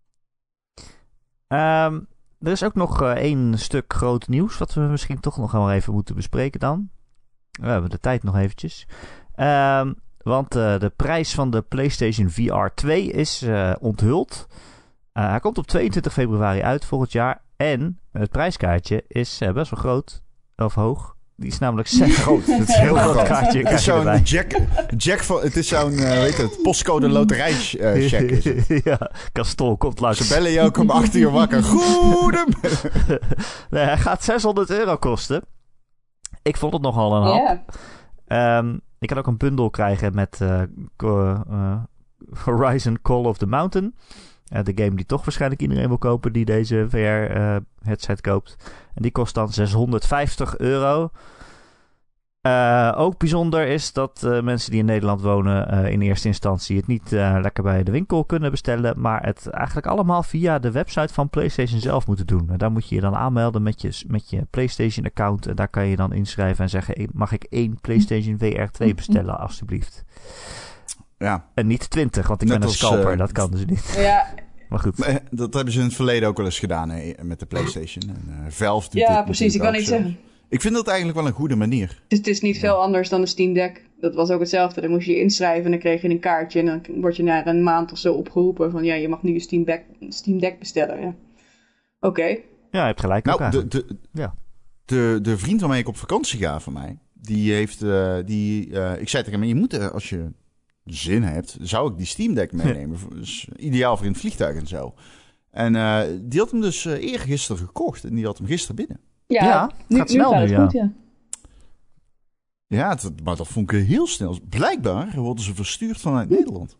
Um, er is ook nog uh, één stuk groot nieuws... wat we misschien toch nog wel even moeten bespreken dan. We hebben de tijd nog eventjes. Um, want uh, de prijs van de PlayStation V R twee is uh, onthuld. Uh, hij komt op tweeëntwintig februari uit volgend jaar. En het prijskaartje is uh, best wel groot. Of hoog. Die is namelijk zes groot. Het is een heel groot kaartje. Het is zo'n Jack, Jack van, het is zo'n, uh, weet het, postcode loterij uh, check is het. Ja, Kastol komt langs. Ze bellen je ook om acht uur wakker. Goedemiddag. Nee, hij gaat zeshonderd euro kosten. Ik vond het nogal een hap. Yeah. Um, ik kan ook een bundel krijgen met uh, uh, Horizon Call of the Mountain. Uh, de game die toch waarschijnlijk iedereen wil kopen die deze V R uh, headset koopt. En die kost dan zeshonderdvijftig euro. Uh, ook bijzonder is dat uh, mensen die in Nederland wonen uh, in eerste instantie het niet uh, lekker bij de winkel kunnen bestellen. Maar het eigenlijk allemaal via de website van PlayStation zelf moeten doen. En daar moet je je dan aanmelden met je, met je PlayStation account. En daar kan je dan inschrijven en zeggen, mag ik één PlayStation V R twee bestellen alstublieft. Ja. En niet twintig, want ik Net ben een scalper. Als, uh, dat kan dus niet. Ja. Maar goed. Dat hebben ze in het verleden ook wel eens gedaan hè, met de PlayStation. En, uh, Valve doet ja, dit precies. Ik kan niet zeggen. Ik vind dat eigenlijk wel een goede manier. Dus het is niet ja. veel anders dan de Steam Deck. Dat was ook hetzelfde. Dan moest je je inschrijven en dan kreeg je een kaartje. En dan word je na een maand of zo opgeroepen van ja, je mag nu je Steam Deck, Steam Deck bestellen. Ja. Oké. Okay. Ja, je hebt gelijk. Nou, ook de, de, ja. de, de vriend waarmee ik op vakantie ga van mij, die heeft, uh, die, uh, ik zei tegen hem, je moet, uh, als je zin hebt, zou ik die Steam Deck meenemen. Dus ideaal voor in het vliegtuig en zo. En uh, die had hem dus uh, eergisteren gekocht en die had hem gisteren binnen. Ja, ja nu, gaat snel nu gaat het nu, goed, ja. Ja, het, maar dat vond ik heel snel. Blijkbaar worden ze verstuurd vanuit Nederland.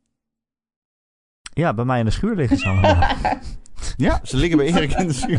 Ja, bij mij in de schuur liggen ze allemaal. Ja, ze liggen bij Erik in de schuur.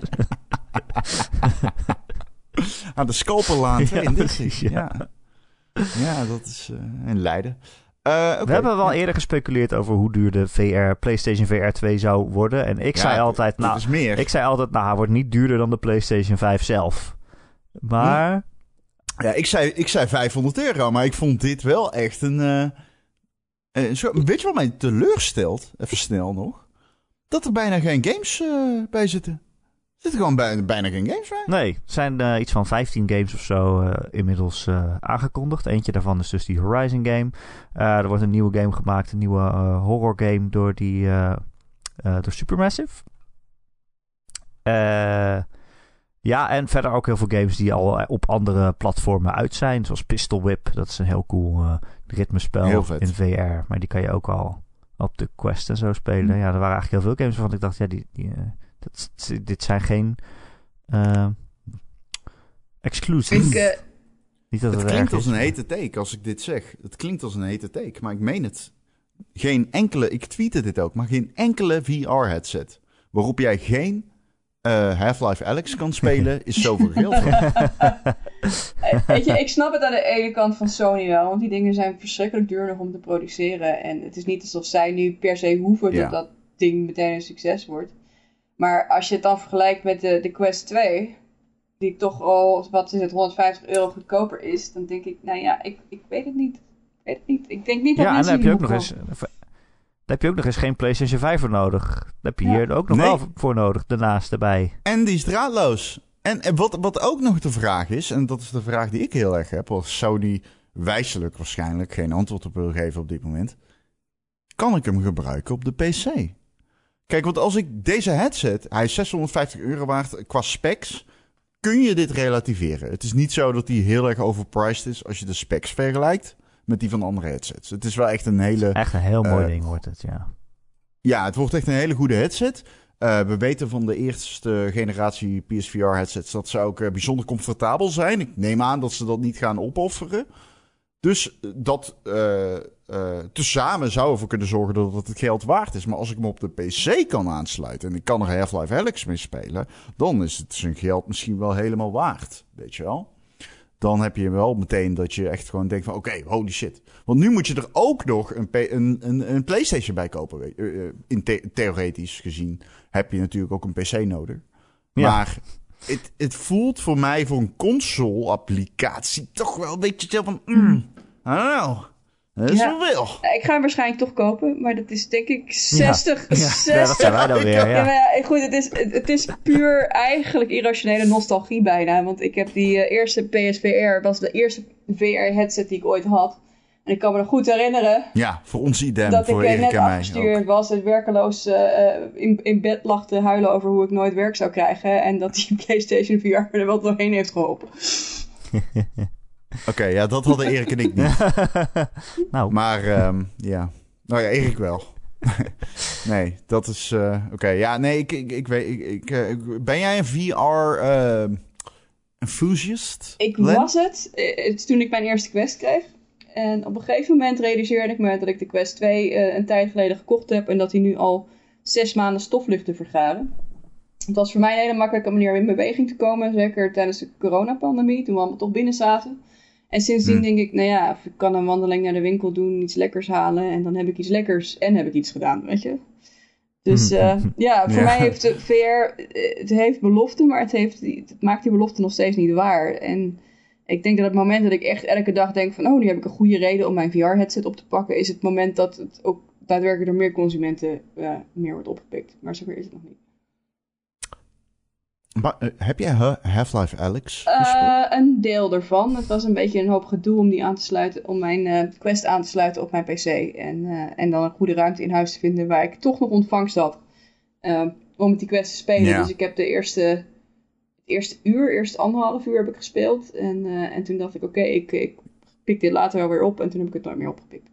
Aan de Scalperlaan twee in dit. Ja. Ja. ja, dat is uh, in Leiden. Uh, okay. We hebben wel eerder gespeculeerd over hoe duur de V R, PlayStation V R twee zou worden. En ik ja, zei altijd, nou, is meer. ik zei altijd, nou, hij wordt niet duurder dan de PlayStation vijf zelf. Maar... Hm. Ja, ik zei, ik zei vijfhonderd euro, maar ik vond dit wel echt een... Uh, een soort, weet je wat mij teleurstelt? Even snel nog. Dat er bijna geen games uh, bij zitten. Er zitten gewoon bijna, bijna geen games bij. Nee, er zijn uh, iets van vijftien games of zo uh, inmiddels uh, aangekondigd. Eentje daarvan is dus die Horizon game. Uh, er wordt een nieuwe game gemaakt, een nieuwe uh, horror game door, die, uh, uh, door Supermassive. Uh, ja, en verder ook heel veel games die al op andere platformen uit zijn. Zoals Pistol Whip, dat is een heel cool uh, ritmespel in V R. Maar die kan je ook al op de Quest en zo spelen. Mm. Ja, er waren eigenlijk heel veel games waarvan ik dacht, ja, die... die uh, Dat, dit zijn geen uh, exclusives. Ik, uh, Niet dat het, het klinkt als is, een maar... hete take als ik dit zeg. Het klinkt als een hete take, maar ik meen het. Geen enkele, ik tweette dit ook, maar geen enkele V R-headset waarop jij geen uh, Half-Life Alyx kan spelen, is zoveel geld. Weet je, ik snap het aan de ene kant van Sony wel, want die dingen zijn verschrikkelijk duur nog om te produceren. En het is niet alsof zij nu per se hoeven ja. dat dat ding meteen een succes wordt. Maar als je het dan vergelijkt met de, de Quest twee, die toch al, wat is het, honderdvijftig euro goedkoper is, dan denk ik, nou ja, ik, ik weet het niet. Ik weet het niet. Ik denk niet dat Ja, en mensen dan heb je ook die nog eens... Daar heb je ook nog eens geen PlayStation vijf voor nodig. Daar heb je Ja. hier ook nog Nee. wel voor nodig, daarnaast erbij. En die is draadloos. En, en wat, wat ook nog de vraag is, en dat is de vraag die ik heel erg heb, als Sony wijselijk waarschijnlijk geen antwoord op wil geven op dit moment. Kan ik hem gebruiken op de P C? Kijk, want als ik deze headset, hij is zeshonderdvijftig euro waard qua specs, kun je dit relativeren. Het is niet zo dat die heel erg overpriced is als je de specs vergelijkt met die van andere headsets. Het is wel echt een hele... Echt een heel mooi Uh, ding wordt het, ja. Ja, het wordt echt een hele goede headset. Uh, we weten van de eerste generatie P S V R headsets dat ze ook uh, bijzonder comfortabel zijn. Ik neem aan dat ze dat niet gaan opofferen. Dus dat uh, uh, tezamen zou ervoor kunnen zorgen dat het het geld waard is. Maar als ik hem op de P C kan aansluiten en ik kan er Half-Life Alyx mee spelen, dan is het zijn geld misschien wel helemaal waard. Weet je wel? Dan heb je wel meteen dat je echt gewoon denkt van oké, okay, holy shit. Want nu moet je er ook nog een, een, een, een PlayStation bij kopen. Weet je. Uh, in the- theoretisch gezien heb je natuurlijk ook een P C nodig. Ja. Maar het, het voelt voor mij voor een console-applicatie toch wel een beetje zo van... Mm, I don't know. Dat is Ja. wel veel. Ja, ik ga hem waarschijnlijk toch kopen, maar dat is denk ik zestig, Ja. zestig. Ja, dat zijn wij dan weer, Ja, ja. maar ja, goed, het is, het, het is puur eigenlijk irrationele nostalgie bijna. Want ik heb die eh, eerste P S V R, was de eerste V R-headset die ik ooit had. En ik kan me nog goed herinneren Ja, voor ons idem, dat voor ik eh, Erik net en mij afgestuurd ook. was en werkeloos eh, eh, in, in bed lag te huilen over hoe ik nooit werk zou krijgen. En dat die PlayStation V R er wel doorheen heeft geholpen. Oké, okay, ja, dat hadden Erik en ik niet. Nou, Maar um, ja, nou ja, Erik wel. Nee, dat is... Uh, Oké, okay. Ja, nee, ik, ik, ik weet... Ik, ik, uh, ben jij een V R uh, enthusiast? Ik Len? was het, eh, het is toen ik mijn eerste Quest kreeg. En op een gegeven moment realiseerde ik me dat ik de Quest twee uh, een tijd geleden gekocht heb. En dat die nu al zes maanden stof ligt te vergaren. Het was voor mij een hele makkelijke manier om in beweging te komen. Zeker tijdens de coronapandemie, toen we allemaal toch binnen zaten. En sindsdien Hmm. denk ik, nou ja, ik kan een wandeling naar de winkel doen, iets lekkers halen. En dan heb ik iets lekkers en heb ik iets gedaan, weet je. Dus uh, ja, voor Ja. mij heeft de V R, uh, het heeft belofte, maar het, heeft, het maakt die belofte nog steeds niet waar. En ik denk dat het moment dat ik echt elke dag denk van, oh, nu heb ik een goede reden om mijn V R-headset op te pakken, is het moment dat het ook daadwerkelijk door meer consumenten uh, meer wordt opgepikt. Maar zover is het nog niet. Maar, uh, heb jij ha- Half-Life Alyx Uh, gespeeld? een deel ervan. Het was een beetje een hoop gedoe om die aan te sluiten, om mijn uh, Quest aan te sluiten op mijn P C. En, uh, en dan een goede ruimte in huis te vinden waar ik toch nog ontvangst had uh, om met die Quest te spelen. Ja. Dus ik heb de eerste, het eerste uur, eerst anderhalf uur heb ik gespeeld. En, uh, en toen dacht ik, oké, okay, ik, ik pik dit later wel weer op. En toen heb ik het nooit meer opgepikt.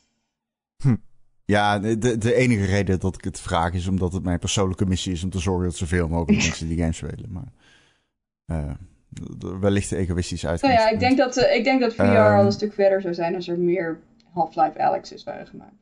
Ja, de, de enige reden dat ik het vraag is omdat het mijn persoonlijke missie is om te zorgen dat zoveel mogelijk mensen die game spelen. Maar uh, wellicht egoïstisch uit. Nou ja, ik denk dat, uh, ik denk dat V R Um, al een stuk verder zou zijn als er meer Half-Life Alyx's waren gemaakt.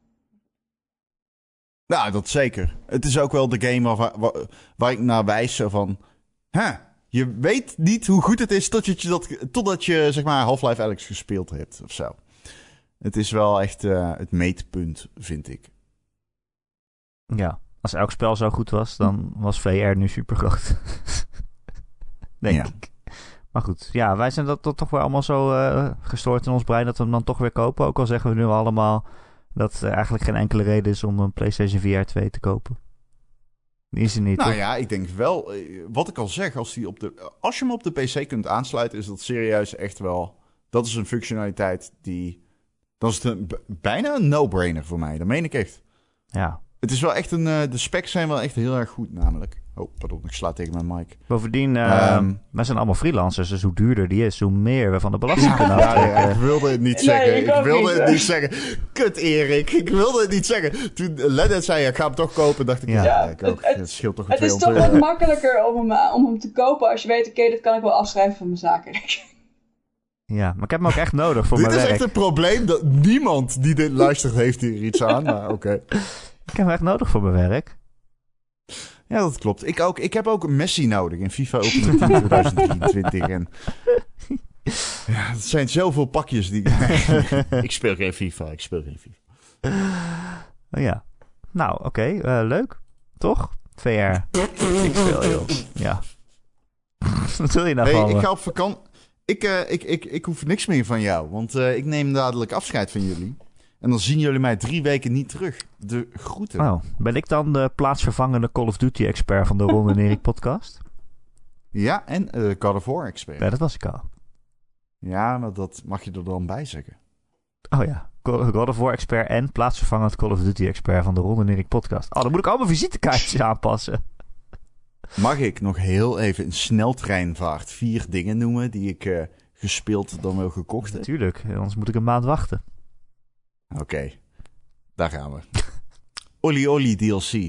Nou, dat zeker. Het is ook wel de game waar, waar, waar ik naar wijs zo van... Huh, je weet niet hoe goed het is tot je dat, totdat je zeg maar Half-Life Alyx gespeeld hebt of zo. Het is wel echt uh, het meetpunt, vind ik. ja, als elk spel zo goed was, dan was V R nu super groot. Denk Ja. ik. Maar goed, ja, wij zijn dat, dat toch weer allemaal zo uh, gestoord in ons brein dat we hem dan toch weer kopen. Ook al zeggen we nu allemaal dat er eigenlijk geen enkele reden is om een PlayStation V R twee te kopen. Die is er niet, Nou toch? ja, ik denk wel... Wat ik al zeg, als, die op de, als je hem op de P C kunt aansluiten... is dat serieus echt wel... Dat is een functionaliteit die... Dat is een, bijna een no-brainer voor mij. Dat meen ik echt. Ja. Het is wel echt een... Uh, de specs zijn wel echt heel erg goed, namelijk. Oh, pardon, ik sla tegen mijn mic. Bovendien, uh, Um, wij zijn allemaal freelancers, dus hoe duurder die is, hoe meer we van de belasting kunnen Ja, aftrekken. ja, ik wilde het niet Nee, zeggen. ik ik ook wilde niet. het niet zeggen. Kut, Erik. Ik wilde het niet zeggen. Toen Lennet zei, ik ga hem toch kopen, dacht ik, ja, Ja. ja ik ook. Het- Het scheelt toch weer Het is toch tweehonderd wat euro. makkelijker om hem, om hem te kopen als je weet, oké, okay, dat kan ik wel afschrijven van mijn zaken. Ja, maar ik heb hem ook echt nodig voor Dit mijn is werk. echt een probleem. Dat niemand die dit luistert heeft hier iets aan. Maar oké. Okay. Ik heb hem echt nodig voor mijn werk. Ja, dat klopt. Ik, ook, ik heb ook Messi nodig in FIFA Ultimate Team twintig drieëntwintig. En ja, het zijn zoveel pakjes die... ik speel geen FIFA, ik speel geen FIFA. Oh ja. Nou, oké. Okay, uh, leuk. Toch? V R. Ik speel heel. Ja. Wat wil je nou Nee, van ik me? ga op vakantie. Ik, uh, ik, ik, ik hoef niks meer van jou, want uh, ik neem dadelijk afscheid van jullie. En dan zien jullie mij drie weken niet terug. De groeten. Oh, ben ik dan de plaatsvervangende Call of Duty-expert van de Ron en Erik podcast? Ja, en uh, God of War expert. Ja, dat was ik al. Ja, maar dat mag je er dan bij zeggen. Oh ja, God of War expert en plaatsvervangend Call of Duty expert van de Ron en Erik podcast. Oh, dan moet ik allemaal visitekaartjes aanpassen. Mag ik nog heel even in sneltreinvaart vier dingen noemen die ik uh, gespeeld dan wel gekocht heb? Natuurlijk, anders moet ik een maand wachten. Oké, okay, daar gaan we. Oli Oli D L C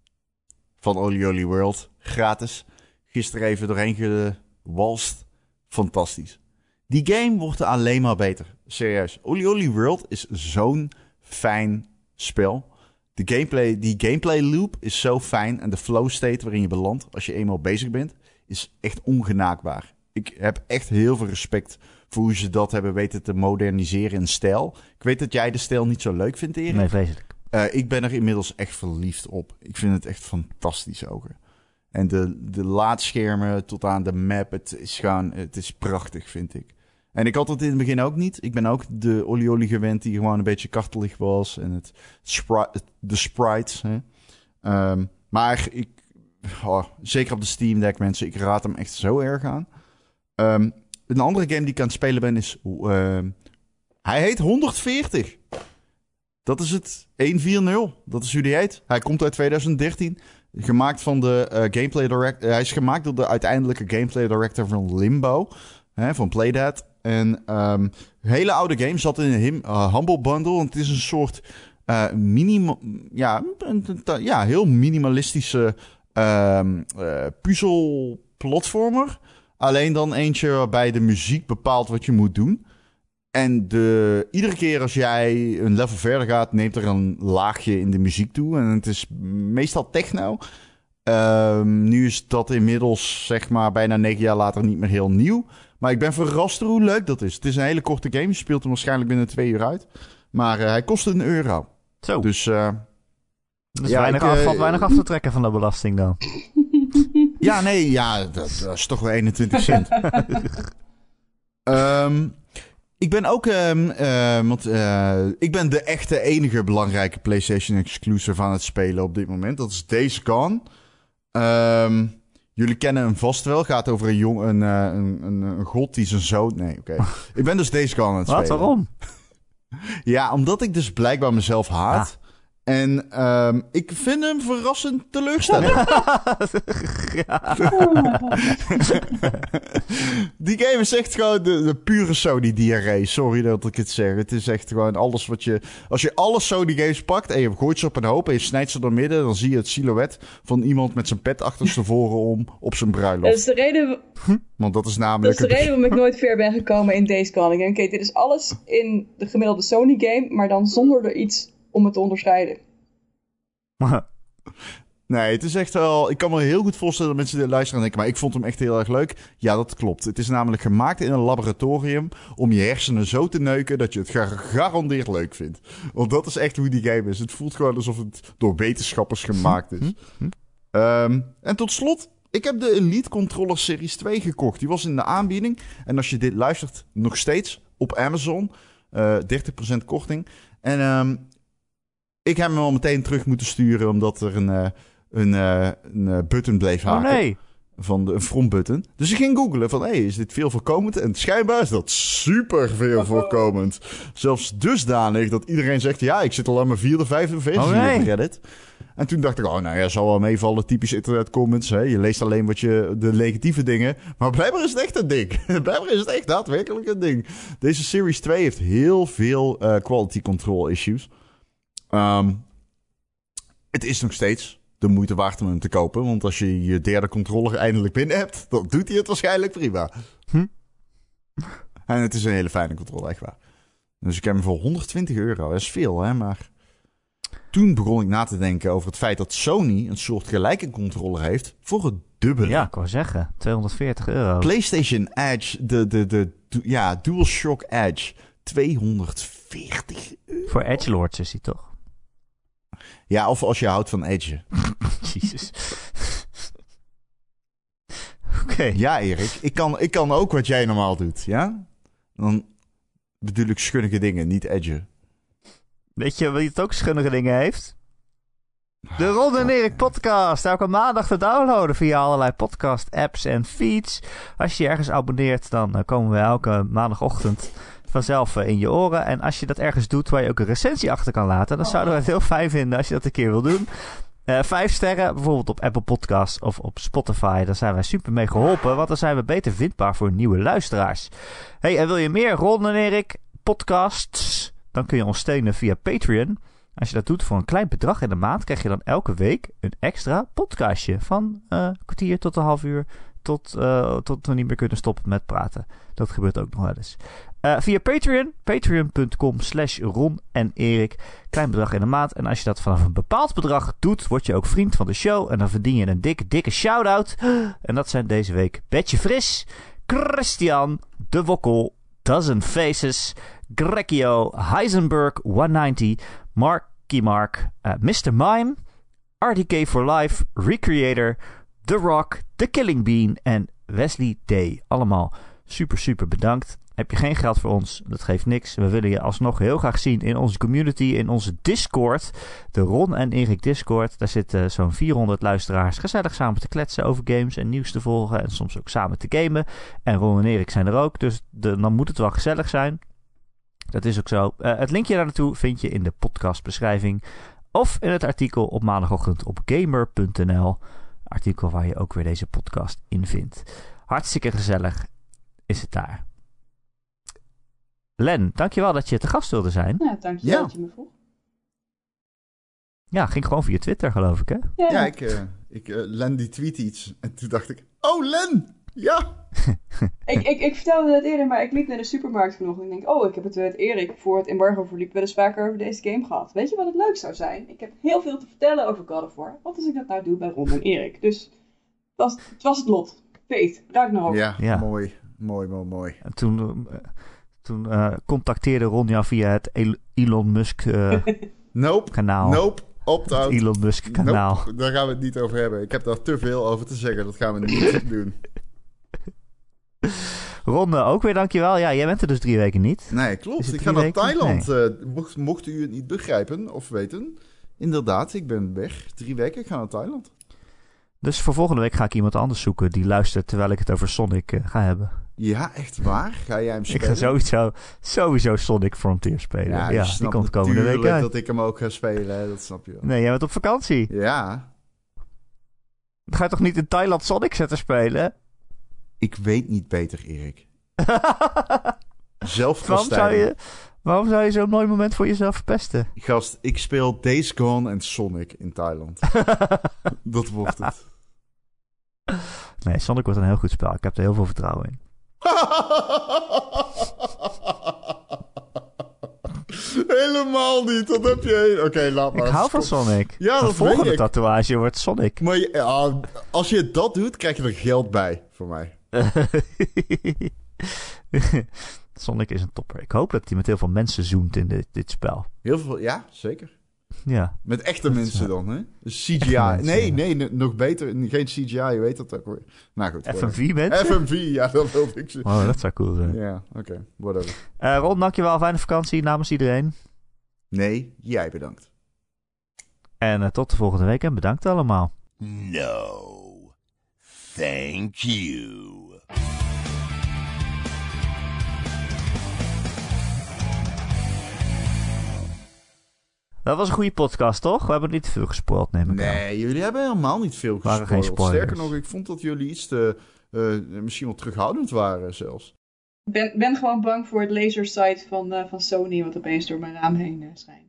van Oli Oli World, gratis. Gisteren even doorheen gewalst. Fantastisch. Die game wordt alleen maar beter. Serieus. Oli Oli World is zo'n fijn spel. De gameplay, die gameplay loop is zo fijn. En de flow state waarin je belandt als je eenmaal bezig bent, is echt ongenaakbaar. Ik heb echt heel veel respect voor hoe ze dat hebben weten te moderniseren in stijl. Ik weet dat jij de stijl niet zo leuk vindt, Erik. Nee, vreselijk. Uh, ik ben er inmiddels echt verliefd op. Ik vind het echt fantastisch ook. En de, de laadschermen tot aan de map, het is gewoon, het is prachtig, vind ik. En ik had het in het begin ook niet. Ik ben ook de Oli Oli gewend die gewoon een beetje kartelig was. En het spri- de sprites. Hè. Um, maar ik, oh, zeker op de Steam Deck, mensen, ik raad hem echt zo erg aan. Um, een andere game die ik aan het spelen ben is... Uh, hij heet honderdveertig. Dat is het. honderdveertig. Dat is hoe die heet. Hij komt uit twintig dertien. Gemaakt van de uh, gameplay director. Hij is gemaakt door de uiteindelijke gameplay director van Limbo. Hè, van Playdead. En um, hele oude game. Zat in een him, uh, Humble Bundle. En het is een soort uh, minima, ja, een, een, ja, heel minimalistische um, uh, puzzel-platformer. Alleen dan eentje waarbij de muziek bepaalt wat je moet doen. En de, iedere keer als jij een level verder gaat, neemt er een laagje in de muziek toe. En het is meestal techno. Um, nu is dat inmiddels, zeg maar, bijna negen jaar later niet meer heel nieuw. Maar ik ben verrast door hoe leuk dat is. Het is een hele korte game. Je speelt hem waarschijnlijk binnen twee uur uit. Maar uh, hij kostte een euro. Zo. Dus, uh, dus ja, weinig, ik, af, uh, valt weinig af te trekken van de belasting dan. Ja, nee, ja, dat, dat is toch wel eenentwintig cent. um, ik ben ook, um, uh, want uh, ik ben de echte enige belangrijke PlayStation exclusive aan het spelen op dit moment. Dat is Days Gone. Um, jullie kennen hem vast wel. Gaat over een jong, een, uh, een, een, een god die zijn zoon. Nee, oké. Okay. Ik ben dus Days Gone aan het Wat, spelen. waarom? Ja, omdat ik dus blijkbaar mezelf haat. Ah. En um, ik vind hem verrassend teleurstellend. Ja. Die game is echt gewoon de, de pure Sony-diarree. Sorry dat ik het zeg. Het is echt gewoon alles wat je... Als je alle Sony-games pakt en je gooit ze op een hoop en je snijdt ze door midden, dan zie je het silhouet van iemand met zijn pet achterstevoren om op zijn bruiloft. Dat is de reden... Want dat is namelijk... Dat is de reden waarom ik nooit ver ben gekomen in Days Gone. Oké, okay, dit is alles in de gemiddelde Sony-game, maar dan zonder er iets om het te onderscheiden. Nee, het is echt wel... Ik kan me heel goed voorstellen dat mensen dit luisteren en denken, maar ik vond hem echt heel erg leuk. Ja, dat klopt. Het is namelijk gemaakt in een laboratorium om je hersenen zo te neuken dat je het gegarandeerd leuk vindt. Want dat is echt hoe die game is. Het voelt gewoon alsof het door wetenschappers gemaakt is. um, en tot slot, ik heb de Elite Controller Series twee gekocht. Die was in de aanbieding. En als je dit luistert, nog steeds op Amazon. Uh, dertig procent korting. En... Um, Ik heb hem al meteen terug moeten sturen, omdat er een, uh, een, uh, een uh, button bleef haken. Oh nee. Van de, een front button. Dus ik ging googlen van, hé, hey, is dit veel voorkomend? En schijnbaar is dat super veel voorkomend. Zelfs dusdanig dat iedereen zegt, ja, ik zit al aan mijn vierde, vijfde versie oh nee. op Reddit. En toen dacht ik, oh, nou ja, zal wel meevallen, typisch internet comments. Hè? Je leest alleen wat je, de negatieve dingen. Maar blijkbaar is het echt een ding. Blijkbaar is het echt daadwerkelijk een ding. Deze Series twee heeft heel veel uh, quality control issues. Um, het is nog steeds de moeite waard om hem te kopen. Want als je je derde controller eindelijk binnen hebt, dan doet hij het waarschijnlijk prima. Hm? En het is een hele fijne controller, echt waar. Dus ik heb hem voor honderdtwintig euro. Dat is veel, hè, maar... Toen begon ik na te denken over het feit dat Sony een soort gelijke controller heeft voor het dubbele. Ja, ik wou zeggen, tweehonderdveertig euro. PlayStation Edge, de, de, de, de ja, DualShock Edge, tweehonderdveertig euro. Voor edgelords is hij toch? Ja, of als je houdt van edge. Jezus. Oké. Ja, Erik. Ik kan, ik kan ook wat jij normaal doet, ja? Dan bedoel ik schunnige dingen, niet edgen. Weet je wie het ook schunnige dingen heeft? De Ron en Erik podcast. Elke maandag te downloaden via allerlei podcast apps en feeds. Als je je ergens abonneert, dan uh, komen we elke maandagochtend vanzelf uh, in je oren. En als je dat ergens doet waar je ook een recensie achter kan laten, dan zouden we het heel fijn vinden als je dat een keer wil doen. Uh, vijf sterren, bijvoorbeeld op Apple Podcasts of op Spotify. Daar zijn wij super mee geholpen, want dan zijn we beter vindbaar voor nieuwe luisteraars. Hey, en wil je meer Ron en Erik podcasts? Dan kun je ons steunen via Patreon. Als je dat doet voor een klein bedrag in de maand, krijg je dan elke week een extra podcastje. Van uh, een kwartier tot een half uur, tot, uh, tot we niet meer kunnen stoppen met praten. Dat gebeurt ook nog wel eens. Uh, via Patreon, patreon.com slash Ron en Erik. Klein bedrag in de maand. En als je dat vanaf een bepaald bedrag doet, word je ook vriend van de show. En dan verdien je een dikke, dikke shout-out. En dat zijn deze week Betje Fris, Christian, De Wokkel, Dozen Faces, Grecchio, Heisenberg honderdnegentig, Marky Mark, uh, mister Mime, R D K for Life, Recreator, The Rock, The Killing Bean en Wesley Day. Allemaal super, super bedankt. Heb je geen geld voor ons? Dat geeft niks. We willen je alsnog heel graag zien in onze community, in onze Discord. De Ron en Erik Discord. Daar zitten zo'n vierhonderd luisteraars gezellig samen te kletsen over games en nieuws te volgen. En soms ook samen te gamen. En Ron en Erik zijn er ook. Dus de, dan moet het wel gezellig zijn. Dat is ook zo. Uh, het linkje daar naartoe vind je in de podcastbeschrijving. Of in het artikel op maandagochtend op gamer punt n l. Artikel waar je ook weer deze podcast in vindt. Hartstikke gezellig is het daar. Len, dankjewel dat je te gast wilde zijn. Ja, dankjewel Ja. dat je me vroeg. Ja, ging gewoon via Twitter, geloof ik, hè? Ja, Ja, ik, uh, ik uh, Len die tweet iets. En toen dacht ik, oh Len! Ja! ik, ik, ik vertelde het eerder, maar ik liep naar de supermarkt vanochtend. En ik denk, oh, ik heb het met Erik voor het embargo verliep wel eens vaker over deze game gehad. Weet je wat het leuk zou zijn? Ik heb heel veel te vertellen over God of War. Wat als ik dat nou doe bij Ron en Erik? Dus het was het, was het lot. Fate, Ragnarok. Ja, Ja. mooi. Mooi, mooi, mooi. En toen, uh, toen uh, contacteerde Ron jou via het El- Elon Musk uh, Nope. kanaal. Nope. Het Opt-out. Elon Musk kanaal. Nope. Daar gaan we het niet over hebben. Ik heb daar te veel over te zeggen. Dat gaan we niet doen. Ron, uh, ook weer dankjewel. Ja, jij bent er dus drie weken niet. Nee, Is klopt. het Ik drie ga naar weken? Thailand. Uh, mocht, mocht u het niet begrijpen of weten. Inderdaad, ik ben weg. Drie weken. Ik ga naar Thailand. Dus voor volgende week ga ik iemand anders zoeken die luistert terwijl ik het over Sonic uh, ga hebben. Ja, echt waar? Ga jij hem spelen? Ik ga sowieso, sowieso Sonic Frontier spelen. Ja, Ja, je die snapt komt komende week natuurlijk uit. dat ik hem ook ga spelen. Hè? Dat snap je wel. Nee, jij bent op vakantie. Ja. Dan ga je toch niet in Thailand Sonic zetten spelen? Ik weet niet beter, Erik. waarom, zou Zelfkastijding. je, waarom zou je zo'n mooi moment voor jezelf verpesten? Gast, ik speel Days Gone en Sonic in Thailand. Dat wordt het. Nee, Sonic wordt een heel goed spel. Ik heb er heel veel vertrouwen in. Helemaal niet, dat heb je... Oké, okay, laat maar. Ik hou van Sonic. Ja, De dat volgende weet ik. tatoeage wordt Sonic. Maar je- ja, als je dat doet, krijg je er geld bij, voor mij. Sonic is een topper. Ik hoop dat hij met heel veel mensen zoent in dit, dit spel. Heel veel, ja, zeker. Ja. Met echte mensen dan, hè? Dus C G I. Echte mensen, nee, ja. nee, n- nog beter. Geen C G I, je weet dat ook weer. Nou goed. F M V mensen? F M V, ja, dat wilde ik zeggen. Oh, dat zou cool zijn. Ja, oké, okay, whatever. Uh, Ron, dankjewel. Fijne vakantie namens iedereen. Nee, jij bedankt. En uh, tot de volgende week en bedankt allemaal. No. Thank you. Dat was een goede podcast, toch? We hebben niet te veel gespoild, neem ik aan. Nee, jullie hebben helemaal niet veel Waren gespoild. geen spoilers. Sterker nog, ik vond dat jullie iets te... Uh, misschien wel terughoudend waren zelfs. Ik ben, ben gewoon bang voor het lasersight van, uh, van Sony wat opeens door mijn raam heen uh, schijnt.